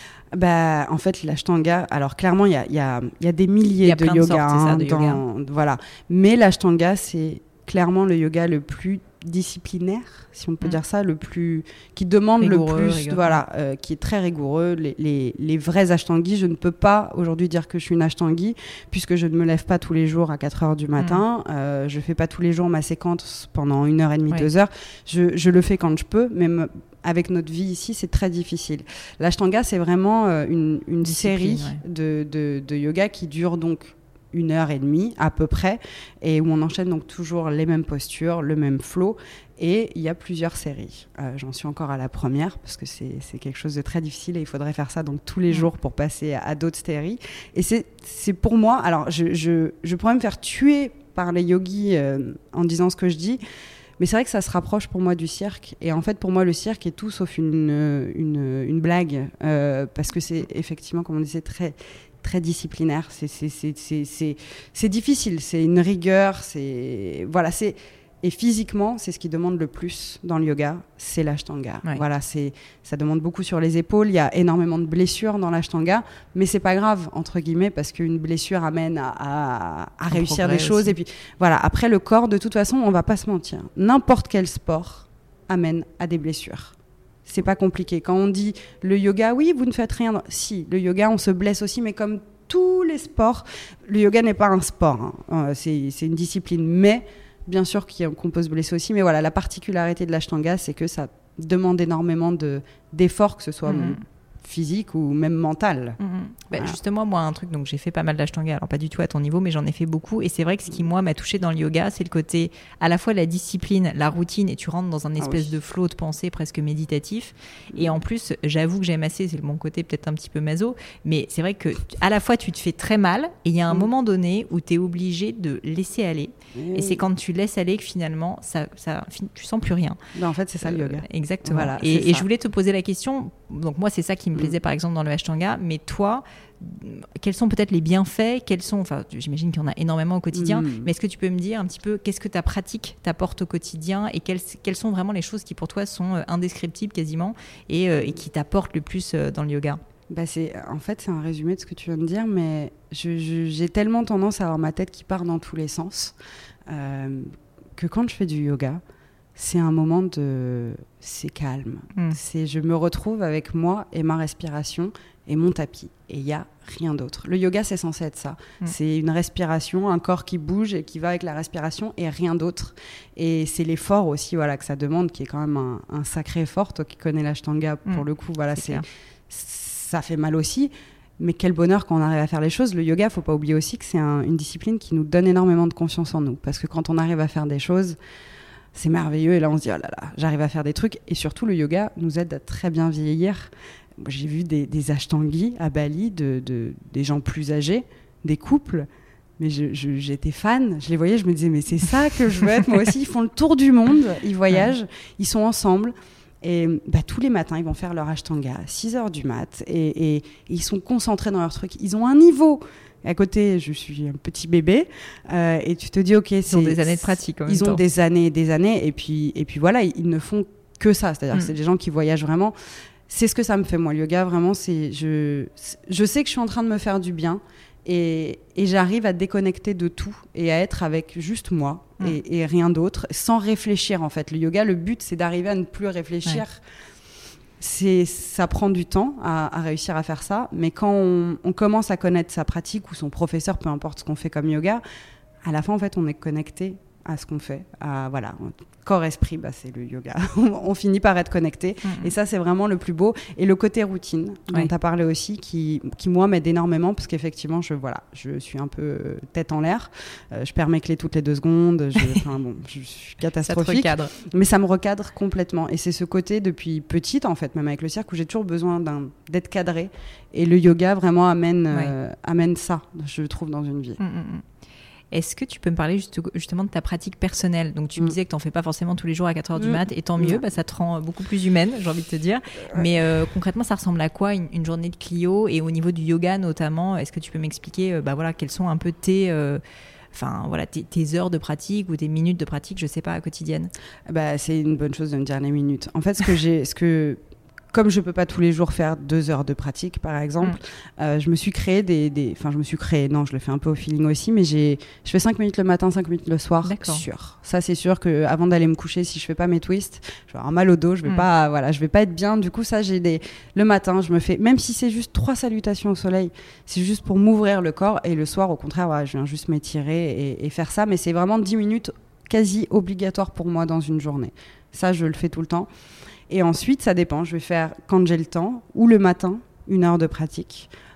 Bah, en fait, l'Ashtanga, alors clairement, il y a, y, a, y a des milliers de yogas. De hein, ça, de dans, yoga. Voilà. Mais l'Ashtanga, c'est clairement le yoga le plus disciplinaire, si on peut mmh. dire ça, le plus qui demande rigoureux, le plus, rigoureux. voilà, euh, qui est très rigoureux. Les, les, les vrais ashtangis, je ne peux pas aujourd'hui dire que je suis une ashtangi puisque je ne me lève pas tous les jours à quatre heures du matin. Mmh. Euh, je fais pas tous les jours ma séquence pendant une heure et demie, ouais. deux heures. Je, je le fais quand je peux, mais me, avec notre vie ici, c'est très difficile. L'ashtanga, c'est vraiment euh, une, une série ouais. de, de, de yoga qui dure donc une heure et demie à peu près, et où on enchaîne donc toujours les mêmes postures, le même flow. Et il y a plusieurs séries. Euh, j'en suis encore à la première parce que c'est, c'est quelque chose de très difficile et il faudrait faire ça donc tous les jours pour passer à, à d'autres séries. Et c'est, c'est pour moi, alors je, je, je pourrais me faire tuer par les yogis euh, en disant ce que je dis, mais c'est vrai que ça se rapproche pour moi du cirque. Et en fait, pour moi, le cirque est tout sauf une, une, une blague euh, parce que c'est effectivement, comme on disait, très... très disciplinaire, c'est, c'est, c'est, c'est, c'est, c'est difficile, c'est une rigueur, c'est... Voilà, c'est... Et physiquement, c'est ce qui demande le plus dans le yoga, c'est l'ashtanga. Ouais. Voilà, c'est, ça demande beaucoup sur les épaules, il y a énormément de blessures dans l'ashtanga, mais c'est pas grave, entre guillemets, parce qu'une blessure amène à, à, à réussir des choses. Aussi. Et puis, voilà, après le corps, de toute façon, on va pas se mentir, n'importe quel sport amène à des blessures. C'est pas compliqué. Quand on dit le yoga, oui, vous ne faites rien. Si, le yoga, on se blesse aussi, mais comme tous les sports, le yoga n'est pas un sport, hein. c'est, c'est une discipline, mais bien sûr qu'on peut se blesser aussi. Mais voilà, la particularité de l'ashtanga, c'est que ça demande énormément de, d'efforts, que ce soit mmh. physique ou même mental. Mmh. Bah, voilà. Justement, moi, un truc, donc j'ai fait pas mal d'ashtanga, alors pas du tout à ton niveau, mais j'en ai fait beaucoup. Et c'est vrai que ce qui, moi, m'a touché dans le yoga, c'est le côté à la fois la discipline, la routine, et tu rentres dans un espèce ah oui. de flow de pensée presque méditatif. Et en plus, j'avoue que j'aime assez, c'est mon côté peut-être un petit peu maso, mais c'est vrai que à la fois tu te fais très mal, et il y a un mmh. moment donné où tu es obligé de laisser aller. Mmh. Et c'est quand tu laisses aller que finalement, ça, ça, tu sens plus rien. Ben, en fait, c'est ça le yoga. Euh, exactement. Voilà, et, et je voulais te poser la question, donc moi, c'est ça qui me plaisait mmh. par exemple dans le ashtanga, mais toi, quels sont peut-être les bienfaits, quels sont, enfin, j'imagine qu'il y en a énormément au quotidien, mmh. mais est-ce que tu peux me dire un petit peu qu'est-ce que ta pratique t'apporte au quotidien et quelles, quelles sont vraiment les choses qui pour toi sont indescriptibles quasiment et, euh, et qui t'apportent le plus dans le yoga? Bah c'est, en fait, c'est un résumé de ce que tu viens de dire, mais je, je, j'ai tellement tendance à avoir ma tête qui part dans tous les sens euh, que quand je fais du yoga, c'est un moment de... C'est calme. Mmh. C'est, je me retrouve avec moi et ma respiration et mon tapis. Et il n'y a rien d'autre. Le yoga, c'est censé être ça. Mmh. C'est une respiration, un corps qui bouge et qui va avec la respiration et rien d'autre. Et c'est l'effort aussi voilà, que ça demande, qui est quand même un, un sacré effort. Toi qui connais l'ashtanga, mmh. pour le coup, voilà, c'est, c'est ça fait mal aussi, mais quel bonheur quand on arrive à faire les choses. Le yoga, il ne faut pas oublier aussi que c'est un, une discipline qui nous donne énormément de confiance en nous, parce que quand on arrive à faire des choses, c'est merveilleux, et là on se dit, oh là là, j'arrive à faire des trucs, et surtout le yoga nous aide à très bien vieillir. Moi, j'ai vu des, des ashtangis à Bali, de, de, des gens plus âgés, des couples, mais je, je, j'étais fan, je les voyais, je me disais, mais c'est ça que je veux être, moi aussi. Ils font le tour du monde, ils voyagent, ouais. Ils sont ensemble. Et bah, tous les matins, ils vont faire leur ashtanga à six heures du mat. Et, et, et ils sont concentrés dans leur truc. Ils ont un niveau. Et à côté, je suis un petit bébé. Euh, et tu te dis, OK, ils c'est... ont des années de pratique. En ils même ont temps. des années et des années. Et puis, et puis voilà, ils, ils ne font que ça. C'est-à-dire mm. que c'est des gens qui voyagent vraiment. C'est ce que ça me fait, moi. Le yoga, vraiment, c'est... Je, je sais que je suis en train de me faire du bien. Et, et j'arrive à déconnecter de tout et à être avec juste moi mmh. et, et rien d'autre, sans réfléchir en fait. Le yoga, le but, c'est d'arriver à ne plus réfléchir. Ouais. C'est, ça prend du temps à, à réussir à faire ça, mais quand on, on commence à connaître sa pratique ou son professeur, peu importe ce qu'on fait comme yoga, à la fin, en fait, on est connecté à ce qu'on fait. À, voilà, corps-esprit, bah, c'est le yoga. On finit par être connecté. Mmh. Et ça, c'est vraiment le plus beau. Et le côté routine, dont oui. tu as parlé aussi, qui, qui, moi, m'aide énormément, parce qu'effectivement, je, voilà, je suis un peu tête en l'air. Euh, je perds mes clés toutes les deux secondes. Je, enfin, bon, je suis catastrophique. Ça te recadre. Mais ça me recadre complètement. Et c'est ce côté, depuis petite, en fait, même avec le cirque, où j'ai toujours besoin d'un, d'être cadré. Et le yoga, vraiment, amène, oui. euh, amène ça, je trouve, dans une vie. Mmh, mmh. Est-ce que tu peux me parler juste, justement de ta pratique personnelle? Donc tu me mmh. disais que tu n'en fais pas forcément tous les jours à quatre heures du mmh. mat, et tant mieux, mmh. bah, ça te rend beaucoup plus humaine, j'ai envie de te dire. Ouais. Mais euh, concrètement, ça ressemble à quoi une, une journée de Clio? Et au niveau du yoga notamment, est-ce que tu peux m'expliquer euh, bah, voilà, quelles sont un peu tes, euh, enfin, voilà, tes, tes heures de pratique ou tes minutes de pratique, je ne sais pas, quotidiennes? Bah, c'est une bonne chose de me dire les minutes. En fait, ce que j'ai... Ce que... Comme je ne peux pas tous les jours faire deux heures de pratique, par exemple, mmh. euh, je me suis créé des, des... Enfin, je me suis créé... Non, je le fais un peu au feeling aussi, mais j'ai... je fais cinq minutes le matin, cinq minutes le soir, D'accord. sûr. Ça, c'est sûr qu'avant d'aller me coucher, si je ne fais pas mes twists, je vais avoir mal au dos, je ne vais, mmh. pas... voilà, je vais pas être bien. Du coup, ça, j'ai des... Le matin, je me fais... Même si c'est juste trois salutations au soleil, c'est juste pour m'ouvrir le corps. Et le soir, au contraire, voilà, je viens juste m'étirer et, et faire ça. Mais c'est vraiment dix minutes quasi obligatoires pour moi dans une journée. Ça, je le fais tout le temps. Et ensuite, ça dépend. Je vais faire, quand j'ai le temps, ou le matin, une heure de pratique,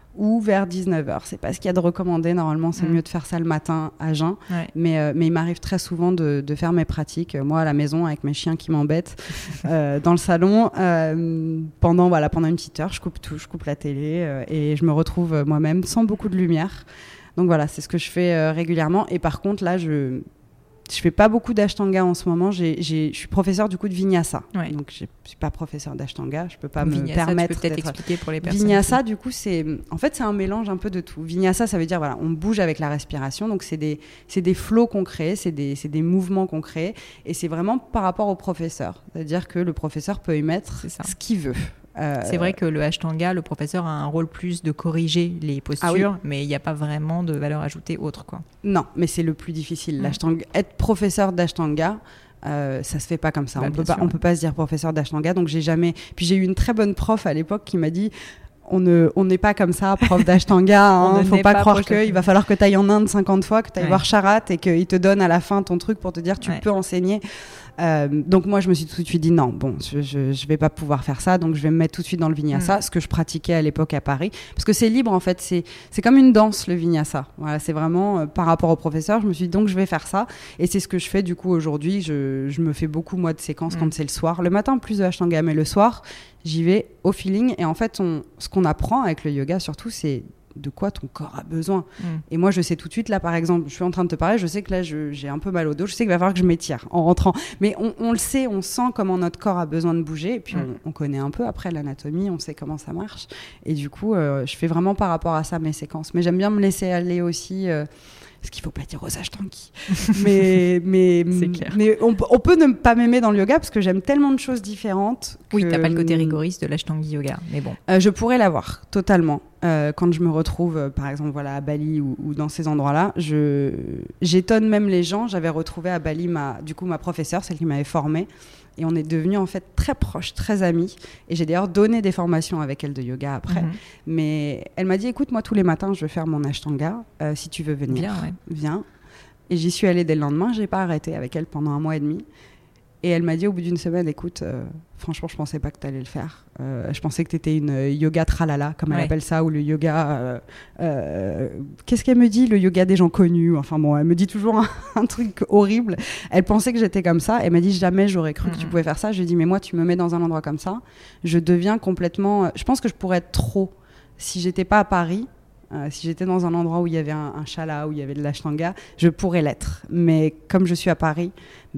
ou vers dix-neuf heures. C'est pas ce qu'il y a de recommandé. Normalement, c'est mmh. mieux de faire ça le matin à jeun. Ouais. Mais, euh, mais il m'arrive très souvent de, de faire mes pratiques, moi, à la maison, avec mes chiens qui m'embêtent, euh, dans le salon. Euh, pendant, voilà, pendant une petite heure, je coupe tout, je coupe la télé euh, et je me retrouve euh, moi-même sans beaucoup de lumière. Donc voilà, c'est ce que je fais euh, régulièrement. Et par contre, là, je... Je fais pas beaucoup d'ashtanga en ce moment. J'ai, j'ai, je suis professeure du coup de vinyasa. Ouais. Donc je suis pas professeure d'ashtanga. Je peux pas vinyasa, me permettre. Tu peux peut-être d'être... expliquer pour les personnes. Vinyasa, qui... du coup, c'est en fait c'est un mélange un peu de tout. Vinyasa, ça veut dire voilà, on bouge avec la respiration. Donc c'est des c'est des flows qu'on crée, c'est des c'est des mouvements qu'on crée, et c'est vraiment par rapport au professeur. C'est-à-dire que le professeur peut y mettre ce qu'il veut. Euh... C'est vrai que le ashtanga, le professeur a un rôle plus de corriger les postures, ah oui. mais il n'y a pas vraiment de valeur ajoutée autre, quoi. Non, mais c'est le plus difficile. Mmh. L'ashtanga, être professeur d'ashtanga, euh, ça se fait pas comme ça. Bah, on peut pas, on peut pas se dire professeur d'ashtanga. Donc j'ai jamais. Puis j'ai eu une très bonne prof à l'époque qui m'a dit. On ne, on n'est pas comme ça, prof d'ashtanga. Hein, il ne faut pas, pas croire qu'il va falloir que tu ailles en Inde cinquante fois, que tu ailles ouais. voir Charat et qu'il te donne à la fin ton truc pour te dire tu ouais. peux enseigner. Euh, donc moi, je me suis tout de suite dit non, bon, je ne vais pas pouvoir faire ça, donc je vais me mettre tout de suite dans le vinyasa, mmh. ce que je pratiquais à l'époque à Paris. Parce que c'est libre, en fait, c'est, c'est comme une danse, le vinyasa. Voilà, c'est vraiment euh, par rapport au professeur, je me suis dit donc je vais faire ça. Et c'est ce que je fais du coup aujourd'hui. Je, je me fais beaucoup, moi, de séquences mmh. quand c'est le soir. Le matin, plus de ashtanga, mais le soir, j'y vais au feeling. Et en fait, on, ce qu'on apprend avec le yoga, surtout, c'est de quoi ton corps a besoin. Mmh. Et moi, je sais tout de suite, là, par exemple, je suis en train de te parler, je sais que là, je, j'ai un peu mal au dos, je sais qu'il va falloir que je m'étire en rentrant. Mais on, on le sait, on sent comment notre corps a besoin de bouger, et puis mmh. on, on connaît un peu après l'anatomie, on sait comment ça marche. Et du coup, euh, je fais vraiment par rapport à ça mes séquences. Mais j'aime bien me laisser aller aussi... Euh, ce qu'il ne faut pas dire aux ashtangi. mais mais, mais on, on peut ne pas m'aimer dans le yoga parce que j'aime tellement de choses différentes. Que, oui, tu n'as pas le côté rigoriste de l'ashtangi yoga, mais bon. Euh, je pourrais l'avoir, totalement. Euh, quand je me retrouve, euh, par exemple, voilà, à Bali ou, ou dans ces endroits-là, je, j'étonne même les gens. J'avais retrouvé à Bali ma, du coup, ma professeure, celle qui m'avait formée. Et on est devenus en fait très proches, très amis. Et j'ai d'ailleurs donné des formations avec elle de yoga après. Mm-hmm. Mais elle m'a dit, écoute, moi tous les matins, je vais faire mon ashtanga. Euh, si tu veux venir, Bien, ouais. viens. Et j'y suis allée dès le lendemain. Je n'ai pas arrêté avec elle pendant un mois et demi. Et elle m'a dit au bout d'une semaine, écoute, euh, franchement, je ne pensais pas que tu allais le faire. Euh, je pensais que tu étais une yoga tralala, comme elle ouais. appelle ça, ou le yoga... Euh, euh, qu'est-ce qu'elle me dit ? Le yoga des gens connus. Enfin bon, elle me dit toujours un, un truc horrible. Elle pensait que j'étais comme ça. Elle m'a dit, jamais j'aurais cru mm-hmm. que tu pouvais faire ça. Je lui ai dit, mais moi, tu me mets dans un endroit comme ça, je deviens complètement... Je pense que je pourrais être trop. Si je n'étais pas à Paris... Euh, si j'étais dans un endroit où il y avait un, un chala, où il y avait de l'ashtanga, je pourrais l'être. Mais comme je suis à Paris,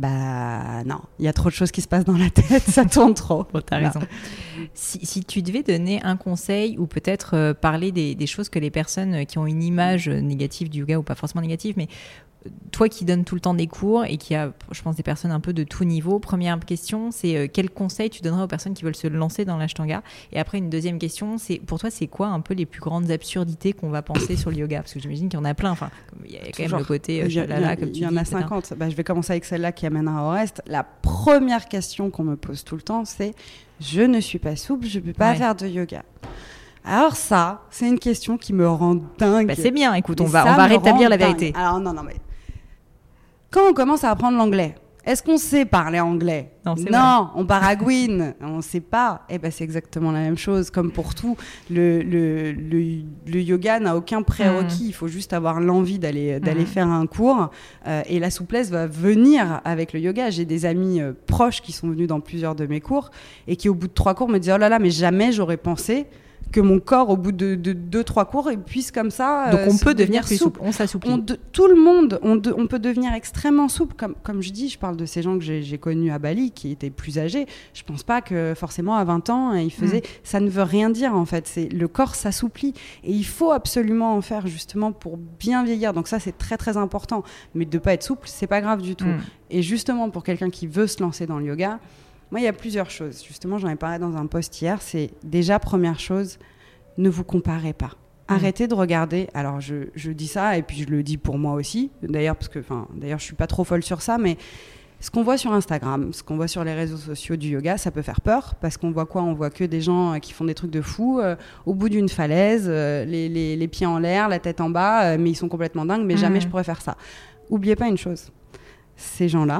bah non, il y a trop de choses qui se passent dans la tête, ça tourne trop. Bon, t'as raison. Si, si tu devais donner un conseil ou peut-être euh, parler des, des choses que les personnes qui ont une image négative du yoga, ou pas forcément négative, mais toi qui donnes tout le temps des cours et qui a, je pense, des personnes un peu de tout niveau, première question, c'est euh, quel conseil tu donnerais aux personnes qui veulent se lancer dans l'ashtanga ? Et après, une deuxième question, c'est pour toi, c'est quoi un peu les plus grandes absurdités qu'on va penser sur le yoga ? Parce que j'imagine qu'il y en a plein. Enfin, il y a quand Toujours. même le côté euh, chalala, comme tu dis. Il y en a cinquante. Bah, je vais commencer avec celle-là qui amènera au reste. La première question qu'on me pose tout le temps, c'est « Je ne suis pas souple, je ne peux pas ouais. faire de yoga ». Alors ça, c'est une question qui me rend dingue. Bah c'est bien, écoute, on va, on va rétablir la dingue. vérité. Alors non, non, mais... Quand on commence à apprendre l'anglais, est-ce qu'on sait parler anglais ? Non, c'est non on baragouine, on ne sait pas. Eh ben, c'est exactement la même chose. Comme pour tout, le, le, le, le yoga n'a aucun prérequis. Mmh. Il faut juste avoir l'envie d'aller, d'aller mmh. faire un cours. Euh, et la souplesse va venir avec le yoga. J'ai des amis euh, proches qui sont venus dans plusieurs de mes cours et qui, au bout de trois cours, me disaient « Oh là là, mais jamais j'aurais pensé... » que mon corps, au bout de, de deux, trois cours, puisse comme ça... Donc, on euh, peut devenir plus souple. souple. On s'assouplit. On de, tout le monde, on, de, on peut devenir extrêmement souple. Comme, comme je dis, je parle de ces gens que j'ai, j'ai connus à Bali, qui étaient plus âgés. Je pense pas que, forcément, à vingt ans, ils faisaient... Mmh. Ça ne veut rien dire, en fait. C'est, le corps s'assouplit. Et il faut absolument en faire, justement, pour bien vieillir. Donc ça, c'est très, très important. Mais de pas être souple, c'est pas grave du tout. Mmh. Et justement, pour quelqu'un qui veut se lancer dans le yoga, moi, il y a plusieurs choses. Justement, j'en ai parlé dans un post hier. C'est déjà, première chose... Ne vous comparez pas. Arrêtez mmh. de regarder. Alors, je, je dis ça et puis je le dis pour moi aussi. D'ailleurs, parce que, enfin, d'ailleurs, je suis pas trop folle sur ça, mais ce qu'on voit sur Instagram, ce qu'on voit sur les réseaux sociaux du yoga, ça peut faire peur parce qu'on voit quoi ? On voit que des gens qui font des trucs de fous euh, au bout d'une falaise, euh, les, les, les pieds en l'air, la tête en bas, euh, mais ils sont complètement dingues. Mais mmh. jamais je pourrais faire ça. Oubliez pas une chose. Ces gens-là,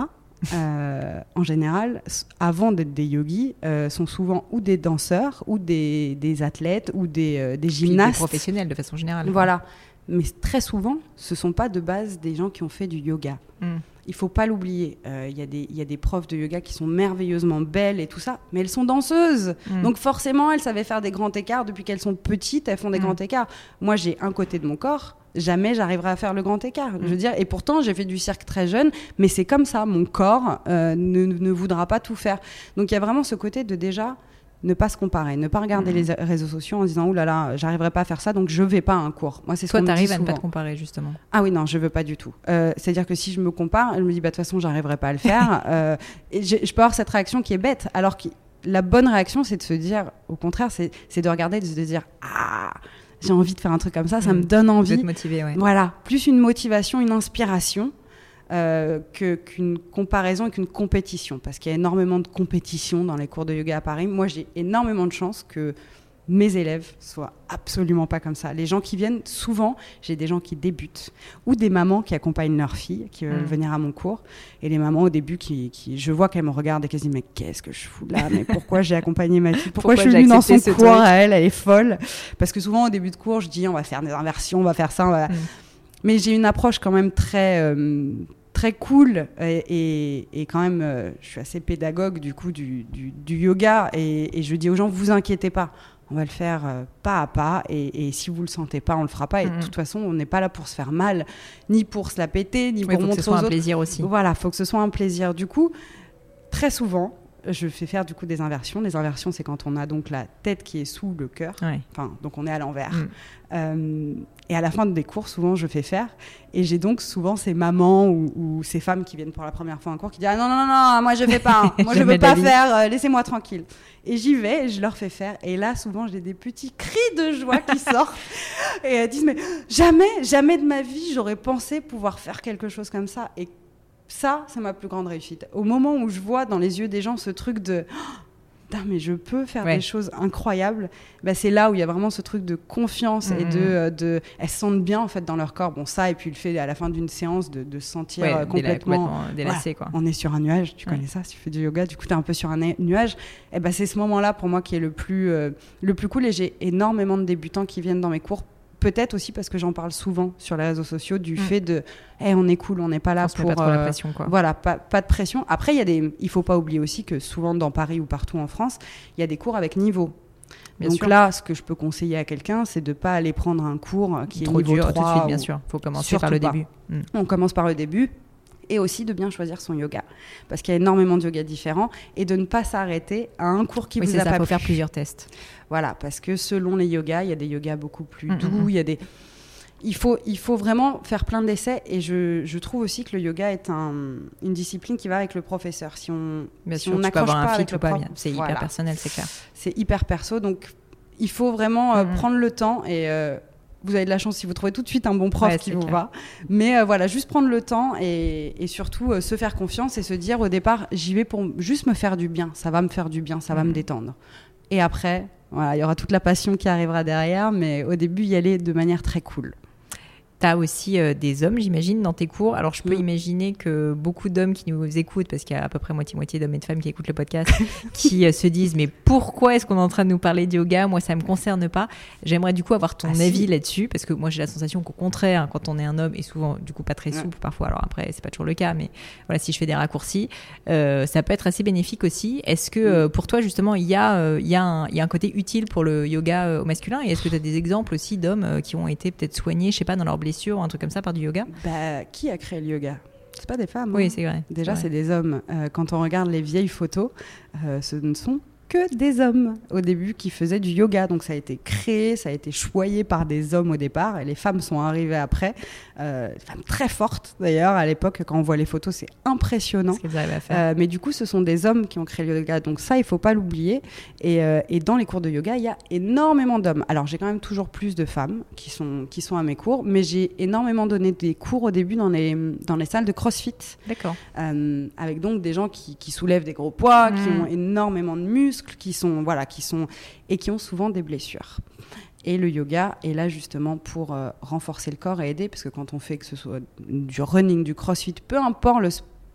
euh, en général, avant d'être des yogis, euh, sont souvent ou des danseurs, ou des, des athlètes, ou des, euh, des gymnastes. Des professionnels de façon générale. Voilà. Mais très souvent, ce ne sont pas de base des gens qui ont fait du yoga. Mm. Il ne faut pas l'oublier. Il euh, y, y a des profs de yoga qui sont merveilleusement belles et tout ça, mais elles sont danseuses. Mm. Donc forcément, elles savaient faire des grands écarts. Depuis qu'elles sont petites, elles font des mm. grands écarts. Moi, j'ai un côté de mon corps. Jamais j'arriverai à faire le grand écart. Mm. Je veux dire, et pourtant, j'ai fait du cirque très jeune, mais c'est comme ça. Mon corps euh, ne, ne voudra pas tout faire. Donc il y a vraiment ce côté de déjà... ne pas se comparer, ne pas regarder mmh. les réseaux sociaux en se disant « Ouh là là, j'arriverai pas à faire ça, donc je vais pas à un cours ». Moi, c'est ce Toi, qu'on me dit t'arrives à souvent. ne pas te comparer, justement. Ah oui, non, je veux pas du tout. Euh, c'est-à-dire que si je me compare, je me dis bah, « De toute façon, j'arriverai pas à le faire euh, ». Et je, je peux avoir cette réaction qui est bête, alors que la bonne réaction, c'est de se dire, au contraire, c'est, c'est de regarder et de se dire « Ah, j'ai envie de faire un truc comme ça, ça mmh. me donne envie ». De te motiver, ouais. Voilà, plus une motivation, une inspiration. Euh, que, qu'une comparaison et qu'une compétition, parce qu'il y a énormément de compétition dans les cours de yoga à Paris. Moi, j'ai énormément de chance que mes élèves soient absolument pas comme ça. Les gens qui viennent, souvent, j'ai des gens qui débutent, ou des mamans qui accompagnent leurs filles, qui veulent mmh. venir à mon cours, et les mamans, au début, qui, qui, je vois qu'elles me regardent et qu'elles se disent « Mais qu'est-ce que je fous là ? Mais pourquoi j'ai accompagné ma fille ? Pourquoi, pourquoi je suis venue dans son cours truc. à elle ? Elle est folle !» Parce que souvent, au début de cours, je dis « On va faire des inversions, on va faire ça. On va... mmh. » Mais j'ai une approche quand même très... Euh, très cool et, et, et quand même euh, je suis assez pédagogue du coup du, du, du yoga et, et je dis aux gens vous inquiétez pas, on va le faire euh, pas à pas et, et si vous le sentez pas on le fera pas et mmh. de toute façon on n'est pas là pour se faire mal ni pour se la péter ni oui, pour montrer aux autres. Il faut que ce soit un plaisir aussi. Voilà, faut que ce soit un plaisir. Du coup très souvent je fais faire du coup des inversions. Les inversions, c'est quand on a donc la tête qui est sous le cœur, ouais. enfin, donc on est à l'envers. Mm. Euh, et à la fin des cours, souvent, je fais faire. Et j'ai donc souvent ces mamans ou, ou ces femmes qui viennent pour la première fois en cours qui disent ah non non non, non moi je fais pas, moi je veux pas faire, euh, laissez-moi tranquille. Et j'y vais, et je leur fais faire. Et là, souvent, j'ai des petits cris de joie qui sortent. Et elles disent mais jamais, jamais de ma vie, j'aurais pensé pouvoir faire quelque chose comme ça. Et ça, c'est ma plus grande réussite. Au moment où je vois dans les yeux des gens ce truc de oh, « mais je peux faire ouais. des choses incroyables », bah, c'est là où il y a vraiment ce truc de confiance mmh. et de, de... Elles se sentent bien en fait, dans leur corps. Bon, ça, et puis le fait à la fin d'une séance de, de se sentir ouais, euh, complètement... complètement délacé, quoi. On est sur un nuage, tu ouais. connais ça, si tu fais du yoga, du coup, tu es un peu sur un nuage. Et bah, c'est ce moment-là, pour moi, qui est le plus, euh, le plus cool. Et j'ai énormément de débutants qui viennent dans mes cours. Peut-être aussi parce que j'en parle souvent sur les réseaux sociaux du mmh. fait de hey, on est cool, on n'est pas là on pour pas trop euh, la pression, quoi. Voilà, pas, pas de pression. Après il y a des il faut pas oublier aussi que souvent dans Paris ou partout en France, il y a des cours avec niveau. Bien Donc sûr. Là, ce que je peux conseiller à quelqu'un, c'est de pas aller prendre un cours qui trop est niveau dur trois tout de suite, bien ou... sûr. Il faut commencer par le pas. début. Mmh. On commence par le début. Et aussi de bien choisir son yoga, parce qu'il y a énormément de yoga différents, et de ne pas s'arrêter à un cours qui oui, vous c'est a ça, pas faut plu. Faire plusieurs tests. Voilà, parce que selon les yogas, il y a des yogas beaucoup plus mmh, doux, il y a des... Il faut, il faut vraiment faire plein d'essais, et je, je trouve aussi que le yoga est un, une discipline qui va avec le professeur. Si on bien si sûr, on n'accroche pas avec le prof, c'est hyper voilà. personnel, c'est clair. C'est hyper perso, donc il faut vraiment euh, mmh. prendre le temps et... Euh, vous avez de la chance si vous trouvez tout de suite un bon prof ouais, qui vous clair. va. Mais euh, voilà, juste prendre le temps et, et surtout euh, se faire confiance et se dire au départ, j'y vais pour juste me faire du bien. Ça va me faire du bien, ça mmh. va me détendre. Et après, voilà, il y aura toute la passion qui arrivera derrière, mais au début, y aller de manière très cool. Tu as aussi euh, des hommes, j'imagine, dans tes cours. Alors, je peux mmh. imaginer que beaucoup d'hommes qui nous écoutent, parce qu'il y a à peu près moitié-moitié d'hommes et de femmes qui écoutent le podcast, qui euh, se disent « Mais pourquoi est-ce qu'on est en train de nous parler de yoga ? Moi, ça ne me concerne pas. » J'aimerais du coup avoir ton ah, avis si. là-dessus, parce que moi, j'ai la sensation qu'au contraire, quand on est un homme, et souvent, du coup, pas très souple ouais. parfois, alors après, c'est pas toujours le cas, mais voilà, si je fais des raccourcis, euh, ça peut être assez bénéfique aussi. Est-ce que euh, pour toi, justement, il y, euh, y, y a un côté utile pour le yoga euh, au masculin ? Et est-ce que tu as des exemples aussi d'hommes euh, qui ont été peut-être soignés, je sais pas, dans leurs blessures ou un truc comme ça par du yoga ? Bah, qui a créé le yoga ? C'est pas des femmes. Oui, hein. c'est vrai. Déjà, c'est, c'est vrai. des hommes. Euh, quand on regarde les vieilles photos, euh, ce ne sont que des hommes au début qui faisaient du yoga. Donc ça a été créé, ça a été choyé par des hommes au départ et les femmes sont arrivées après. Euh, des femmes très fortes d'ailleurs à l'époque, quand on voit les photos, c'est impressionnant. Ce qu'ils arrivent à faire. Euh, mais du coup, ce sont des hommes qui ont créé le yoga. Donc ça, il ne faut pas l'oublier. Et, euh, et dans les cours de yoga, il y a énormément d'hommes. Alors j'ai quand même toujours plus de femmes qui sont, qui sont à mes cours, mais j'ai énormément donné des cours au début dans les, dans les salles de CrossFit. D'accord. Euh, avec donc des gens qui, qui soulèvent des gros poids, mmh. qui ont énormément de muscles, qui sont voilà qui sont et qui ont souvent des blessures. Et le yoga est là justement pour euh, renforcer le corps et aider, parce que quand on fait que ce soit du running, du crossfit, peu importe le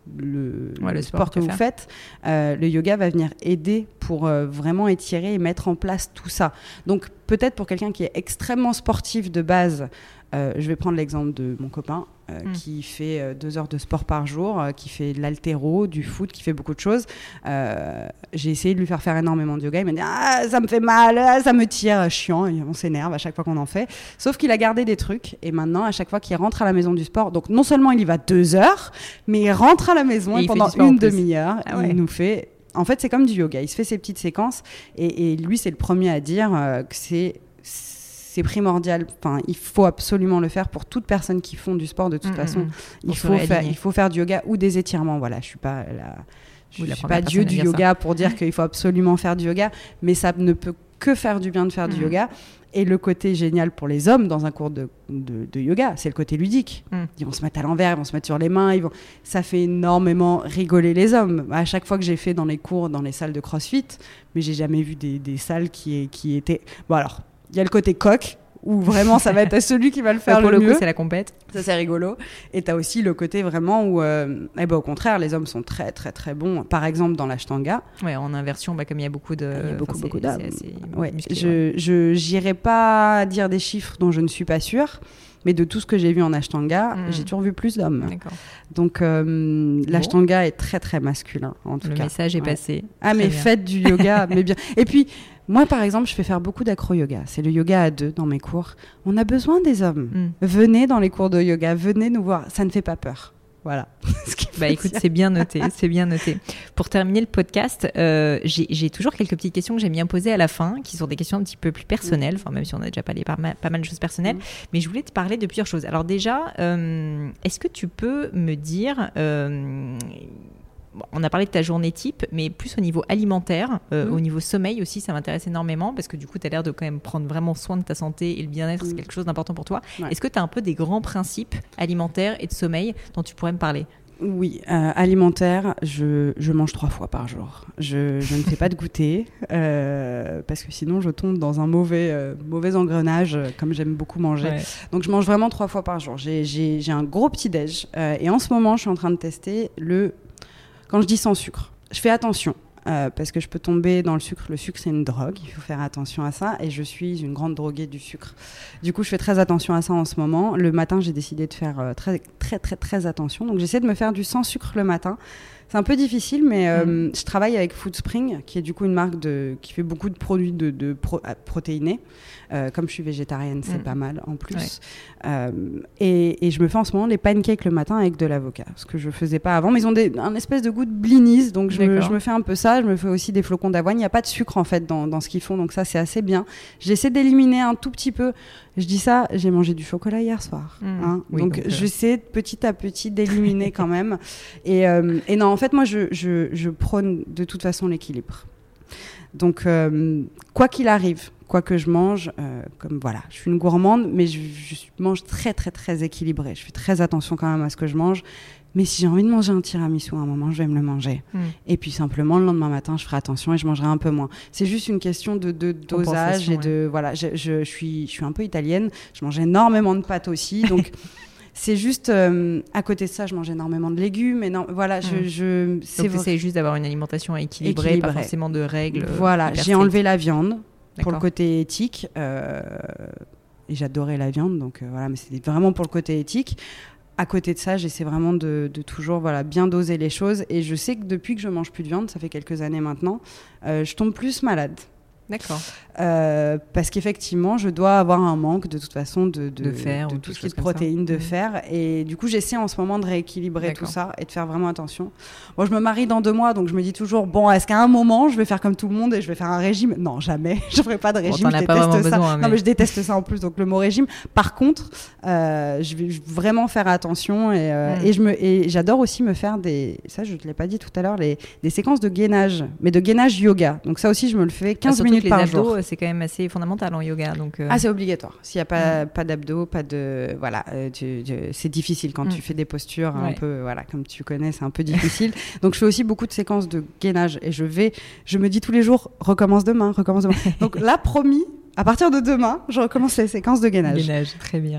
le, ouais, le le sport, sport que vous faire. faites, euh, le yoga va venir aider pour euh, vraiment étirer et mettre en place tout ça. Donc peut-être pour quelqu'un qui est extrêmement sportif de base, euh, je vais prendre l'exemple de mon copain euh, mm. qui fait euh, deux heures de sport par jour, euh, qui fait de l'haltéro, du foot, qui fait beaucoup de choses. Euh, j'ai essayé de lui faire faire énormément de yoga. Il m'a dit « Ah, ça me fait mal, ah, ça me tire, chiant. » Et on s'énerve à chaque fois qu'on en fait. Sauf qu'il a gardé des trucs. Et maintenant, à chaque fois qu'il rentre à la maison du sport, donc non seulement il y va deux heures, mais il rentre à la maison et, et pendant une demi-heure, ah ouais. il nous fait... En fait, c'est comme du yoga. Il se fait ses petites séquences. Et, et lui, c'est le premier à dire euh, que c'est... c'est primordial, enfin, il faut absolument le faire pour toute personne qui font du sport de toute mmh, façon. Mmh. Il, faut faire, il faut faire du yoga ou des étirements. Voilà, je suis pas la, je oui, suis pas dieu du yoga ça. Pour dire qu'il faut absolument faire du yoga, mais ça ne peut que faire du bien de faire mmh. du yoga. Et le côté génial pour les hommes dans un cours de, de, de yoga, c'est le côté ludique. Mm. Ils vont se mettre à l'envers, ils vont se mettre sur les mains. Ils vont... Ça fait énormément rigoler les hommes. À chaque fois que j'ai fait dans les cours, dans les salles de CrossFit, mais j'ai jamais vu des, des salles qui, qui étaient... Bon alors, il y a le côté coq, où vraiment ça va être à celui qui va le faire pour le, le mieux. Coup, c'est la compète. Ça, c'est rigolo. Et tu as aussi le côté vraiment où, euh, eh ben, au contraire, les hommes sont très, très, très bons. Par exemple, dans l'ashtanga. Ouais, en inversion, bah, comme il y a beaucoup de... Il y a beaucoup, enfin, beaucoup d'hommes. Ouais. Musclé, je n'irai ouais. pas dire des chiffres dont je ne suis pas sûre. Mais de tout ce que j'ai vu en ashtanga, mmh. j'ai toujours vu plus d'hommes. D'accord. Donc, euh, l'ashtanga bon. est très, très masculin, en tout le cas. Le message est ouais. passé. Ah, très mais bien. Faites du yoga, mais bien. Et puis, moi, par exemple, je fais faire beaucoup d'acro-yoga. C'est le yoga à deux dans mes cours. On a besoin des hommes. Mmh. Venez dans les cours de yoga, venez nous voir. Ça ne fait pas peur. Voilà. Bah écoute, c'est bien noté, c'est bien noté. Pour terminer le podcast, euh, j'ai, j'ai toujours quelques petites questions que j'aime bien poser à la fin, qui sont des questions un petit peu plus personnelles, enfin même si on a déjà parlé par ma, pas mal de choses personnelles, mmh. mais je voulais te parler de plusieurs choses. Alors déjà, euh, est-ce que tu peux me dire... Euh, on a parlé de ta journée type, mais plus au niveau alimentaire, euh, mmh. au niveau sommeil aussi, ça m'intéresse énormément parce que du coup, tu as l'air de quand même prendre vraiment soin de ta santé et le bien-être, mmh. c'est quelque chose d'important pour toi. Ouais. Est-ce que tu as un peu des grands principes alimentaires et de sommeil dont tu pourrais me parler ? Oui, euh, alimentaire, je, je mange trois fois par jour. Je, je ne fais pas de goûter euh, parce que sinon je tombe dans un mauvais, euh, mauvais engrenage euh, comme j'aime beaucoup manger. Ouais. Donc je mange vraiment trois fois par jour. J'ai, j'ai, j'ai un gros petit-déj euh, et en ce moment je suis en train de tester le... Quand je dis sans sucre, je fais attention euh, parce que je peux tomber dans le sucre. Le sucre, c'est une drogue, il faut faire attention à ça. Et je suis une grande droguée du sucre. Du coup, je fais très attention à ça en ce moment. Le matin, j'ai décidé de faire euh, très, très, très, très attention. Donc, j'essaie de me faire du sans sucre le matin. C'est un peu difficile, mais euh, mmh. je travaille avec Foodspring, qui est du coup une marque de, qui fait beaucoup de produits de, de pro, euh, protéinés. Euh, comme je suis végétarienne, c'est mmh. pas mal en plus. Ouais. Euh, et, et je me fais en ce moment des pancakes le matin avec de l'avocat, ce que je faisais pas avant. Mais ils ont des, un espèce de goût de blinis, donc je me, je me fais un peu ça. Je me fais aussi des flocons d'avoine. Il n'y a pas de sucre en fait dans, dans ce qu'ils font, donc ça c'est assez bien. J'essaie d'éliminer un tout petit peu. Je dis ça, j'ai mangé du chocolat hier soir. Mmh. Hein, oui, donc, donc euh... j'essaie petit à petit d'éliminer quand même. Et, euh, et non, en fait, moi, je, je, je prône de toute façon l'équilibre. Donc, euh, quoi qu'il arrive, quoi que je mange, euh, comme voilà, je suis une gourmande, mais je, je mange très, très, très équilibré. Je fais très attention quand même à ce que je mange. Mais si j'ai envie de manger un tiramisu à un moment, je vais me le manger. Mmh. Et puis simplement, le lendemain matin, je ferai attention et je mangerai un peu moins. C'est juste une question de, de dosage et de... Ouais. Voilà, je, je, je, suis, je suis un peu italienne. Je mange énormément de pâtes aussi. Donc, c'est juste... Euh, à côté de ça, je mange énormément de légumes. Et non, voilà, je... Mmh. je c'est donc, tu essaies juste d'avoir une alimentation équilibrée, équilibrée. Pas forcément de règles. Voilà, j'ai enlevé la viande D'accord. pour le côté éthique. Euh, et j'adorais la viande, donc euh, voilà, mais c'était vraiment pour le côté éthique. À côté de ça, j'essaie vraiment de, de toujours voilà, bien doser les choses. Et je sais que depuis que je ne mange plus de viande, ça fait quelques années maintenant, euh, je tombe plus malade. D'accord. Euh, parce qu'effectivement, je dois avoir un manque de toute façon de, de, de, fer, de tout ce qui est de protéines, de mmh. fer. Et du coup, j'essaie en ce moment de rééquilibrer D'accord. tout ça et de faire vraiment attention. Moi, je me marie dans deux mois, donc je me dis toujours, bon, est-ce qu'à un moment, je vais faire comme tout le monde et je vais faire un régime ? Non, jamais. Je ne ferai pas de régime. Bon, je déteste pas ça. Besoin, mais... Non, mais je déteste ça en plus, donc le mot régime. Par contre, euh, je vais vraiment faire attention et, euh, mmh. et, je me, et j'adore aussi me faire des... Ça, je ne te l'ai pas dit tout à l'heure, les, des séquences de gainage, mais de gainage yoga. Donc ça aussi, je me le fais quinze minutes les par abdos, jour. C'est quand même assez fondamental en yoga. Donc, euh... Ah, c'est obligatoire. S'il n'y a pas, mmh. pas d'abdos, pas de... Voilà, euh, tu, tu, c'est difficile quand mmh. tu fais des postures ouais. un peu... Voilà, comme tu connais, c'est un peu difficile. Donc, je fais aussi beaucoup de séquences de gainage et je vais... Je me dis tous les jours, recommence demain, recommence demain. Donc là, promis... À partir de demain, je recommence les séquences de gainage. Gainage, très bien.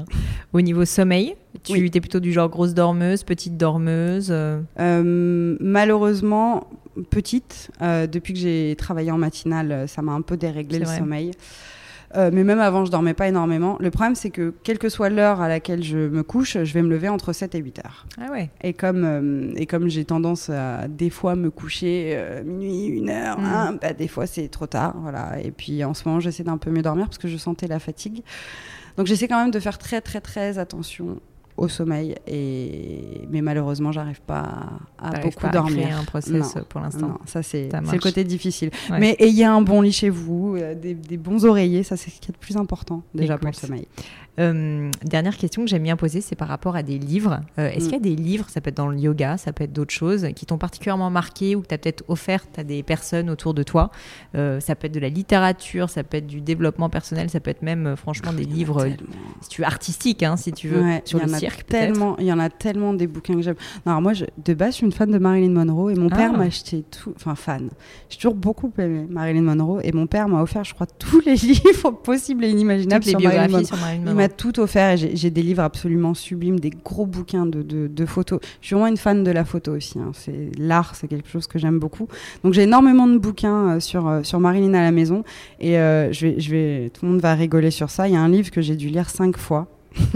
Au niveau sommeil, tu Oui. es plutôt du genre grosse dormeuse, petite dormeuse euh... Euh, malheureusement, petite. Euh, depuis que j'ai travaillé en matinale, ça m'a un peu déréglé C'est le vrai. sommeil. Euh, mais même avant, je dormais pas énormément. Le problème, c'est que quelle que soit l'heure à laquelle je me couche, je vais me lever entre sept et huit heures. Ah ouais. Et comme, euh, et comme j'ai tendance à des fois me coucher euh, minuit, une heure, Mm. hein, bah, des fois c'est trop tard. Voilà. Et puis en ce moment, j'essaie d'un peu mieux dormir parce que je sentais la fatigue. Donc j'essaie quand même de faire très très très attention au sommeil. Et... Mais malheureusement, j'arrive pas à, à T'arrives beaucoup pas à dormir. créer un process Non. pour l'instant. Non, ça c'est, Ça c'est marche. le côté difficile. Ouais. Mais ayez un bon lit chez vous, euh, des, des bons oreillers, ça c'est ce qui est le plus important déjà Écoute. pour le sommeil. Euh, dernière question que j'aime bien poser, c'est par rapport à des livres. Euh, est-ce Mm. qu'il y a des livres, ça peut être dans le yoga, ça peut être d'autres choses, qui t'ont particulièrement marqué ou que tu as peut-être offert à des personnes autour de toi? euh, Ça peut être de la littérature, ça peut être du développement personnel, ça peut être même, euh, franchement, des Il y en a livres, euh, tellement. si tu veux, artistiques, hein, si tu veux, Ouais, sur il y le en a cirque, peut-être. tellement, il y en a tellement des bouquins que j'aime. Non, alors moi, je, de base, je suis une fan de Marilyn Monroe et mon Ah. père m'a acheté tout. Enfin, fan. J'ai toujours beaucoup aimé Marilyn Monroe et mon père m'a offert, je crois, tous les livres possibles et inimaginables Toutes les sur Marilyn biographies Monroe. sur Marilyn Il Monroe. m'a tout offert et j'ai, j'ai des livres absolument sublimes, des gros bouquins de, de, de photos. Je suis vraiment une fan de la photo aussi. Hein. C'est, l'art, c'est quelque chose que j'aime beaucoup. Donc j'ai énormément de bouquins euh, sur, euh, sur Marilyn à la maison et euh, je vais, je vais, tout le monde va rigoler sur ça. Il y a un livre que j'ai dû lire cinq fois.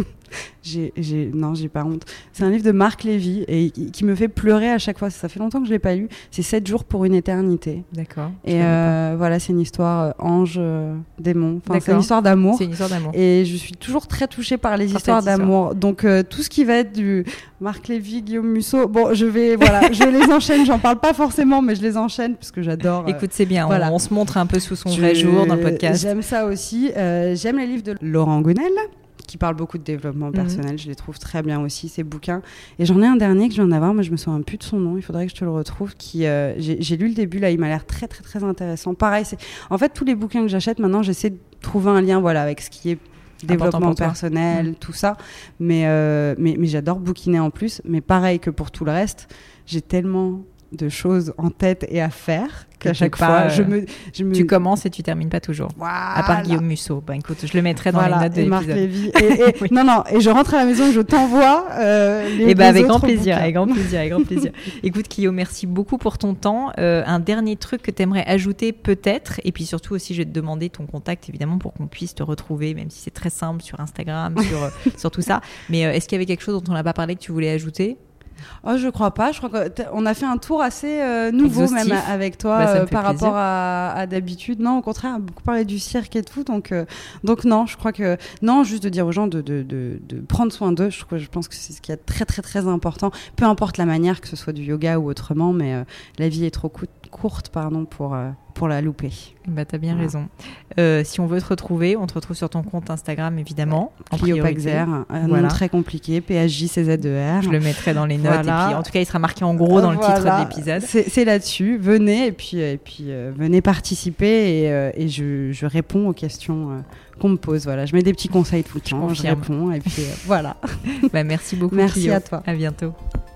J'ai, j'ai, non, j'ai pas honte. C'est un livre de Marc Lévy et qui, qui me fait pleurer à chaque fois. Ça fait longtemps que je l'ai pas lu. C'est sept jours pour une éternité. D'accord. je Et connais euh, voilà, c'est une histoire euh, ange, euh, démon. Enfin, c'est D'accord. une histoire pas. d'amour. C'est une histoire d'amour. Et je suis toujours très touchée par les Par histoires cette histoire. d'amour. Donc euh, tout ce qui va être du Marc Lévy, Guillaume Musso, bon, je vais, voilà, je les enchaîne. J'en parle pas forcément, mais je les enchaîne parce que j'adore. euh, Écoute, c'est bien, voilà. on, on se montre un peu sous son je- vrai jour dans le podcast. J'aime ça aussi. Euh, j'aime les livres de Laurent Gounel, qui parle beaucoup de développement personnel. Je les trouve très bien aussi, ces bouquins. Et j'en ai un dernier que je viens d'avoir, mais je me souviens plus de son nom. Il faudrait que je te le retrouve. Qui, euh, j'ai, j'ai lu le début, là, il m'a l'air très, très, très intéressant. Pareil, c'est... en fait, tous les bouquins que j'achète, maintenant, j'essaie de trouver un lien, voilà, avec ce qui est développement pour toi. personnel, Mmh. tout ça. Mais, euh, mais, mais j'adore bouquiner en plus. Mais pareil que pour tout le reste, j'ai tellement de choses en tête et à faire Que qu'à t'es chaque pas, fois, euh, je me, je me... Tu commences et tu termines pas toujours. Voilà. À part Guillaume Musso. Bah, écoute, je le mettrai dans Voilà, les notes de et Marc l'épisode. Lévy. Et, et- Oui. Non, non, et je rentre à la maison et je t'envoie euh, les, Et bah les avec grand autres plaisir, bouquins. avec grand plaisir, avec grand plaisir. Écoute Clio, merci beaucoup pour ton temps. Euh, un dernier truc que tu aimerais ajouter peut-être, et puis surtout aussi je vais te demander ton contact évidemment pour qu'on puisse te retrouver, même si c'est très simple sur Instagram, sur, euh, sur tout ça. Mais euh, est-ce qu'il y avait quelque chose dont on n'a pas parlé que tu voulais ajouter ? Oh, je crois pas. Je crois qu'on a fait un tour assez euh, nouveau Exhaustif. même avec toi Bah, ça me euh, fait par plaisir. rapport à, à d'habitude. Non, au contraire, on a beaucoup parlé du cirque et tout. Donc, euh, donc non, je crois que non, juste de dire aux gens de, de, de, de prendre soin d'eux. Je, crois- je pense que c'est ce qui est très très très important. Peu importe la manière, que ce soit du yoga ou autrement, mais euh, la vie est trop cou- courte, pardon, pour euh, pour la louper. Bah t'as bien Voilà. raison. Euh, si on veut te retrouver, on te retrouve sur ton compte Instagram évidemment. En Clio priorité. Paxer, un Voilà. nom très compliqué, P H J C Z E R. Je le mettrai dans les notes Voilà. et puis en tout cas il sera marqué en gros dans le titre Voilà. de l'épisode. C'est, c'est là-dessus. Venez et puis, et puis euh, venez participer et, euh, et je, je réponds aux questions euh, qu'on me pose. Voilà, je mets des petits conseils tout le Je temps, je confirme. réponds et puis euh, voilà. Bah, merci beaucoup Merci Clio. à toi. À bientôt.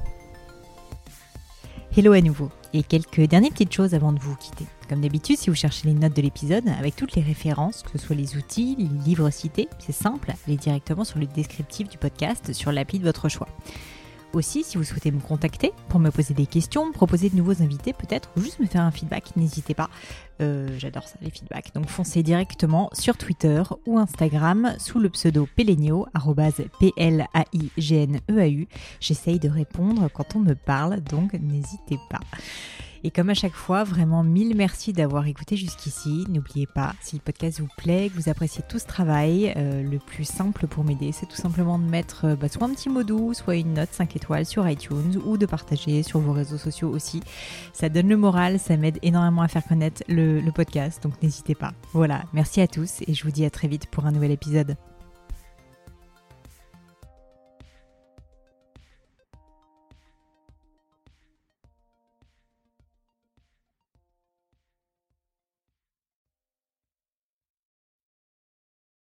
Hello à nouveau. Et quelques dernières petites choses avant de vous quitter. Comme d'habitude, si vous cherchez les notes de l'épisode, avec toutes les références, que ce soit les outils, les livres cités, c'est simple, allez directement sur le descriptif du podcast sur l'appli de votre choix. Aussi, si vous souhaitez me contacter pour me poser des questions, me proposer de nouveaux invités peut-être, ou juste me faire un feedback, n'hésitez pas. Euh, j'adore ça, les feedbacks. Donc foncez directement sur Twitter ou Instagram sous le pseudo Pelenio, arrobase P L A I G N E A U. J'essaye de répondre quand on me parle, donc n'hésitez pas. Et comme à chaque fois, vraiment mille merci d'avoir écouté jusqu'ici. N'oubliez pas, si le podcast vous plaît, que vous appréciez tout ce travail, euh, le plus simple pour m'aider, c'est tout simplement de mettre euh, bah, soit un petit mot doux, soit une note cinq étoiles sur iTunes ou de partager sur vos réseaux sociaux aussi. Ça donne le moral, ça m'aide énormément à faire connaître le, le podcast, donc n'hésitez pas. Voilà, merci à tous et je vous dis à très vite pour un nouvel épisode.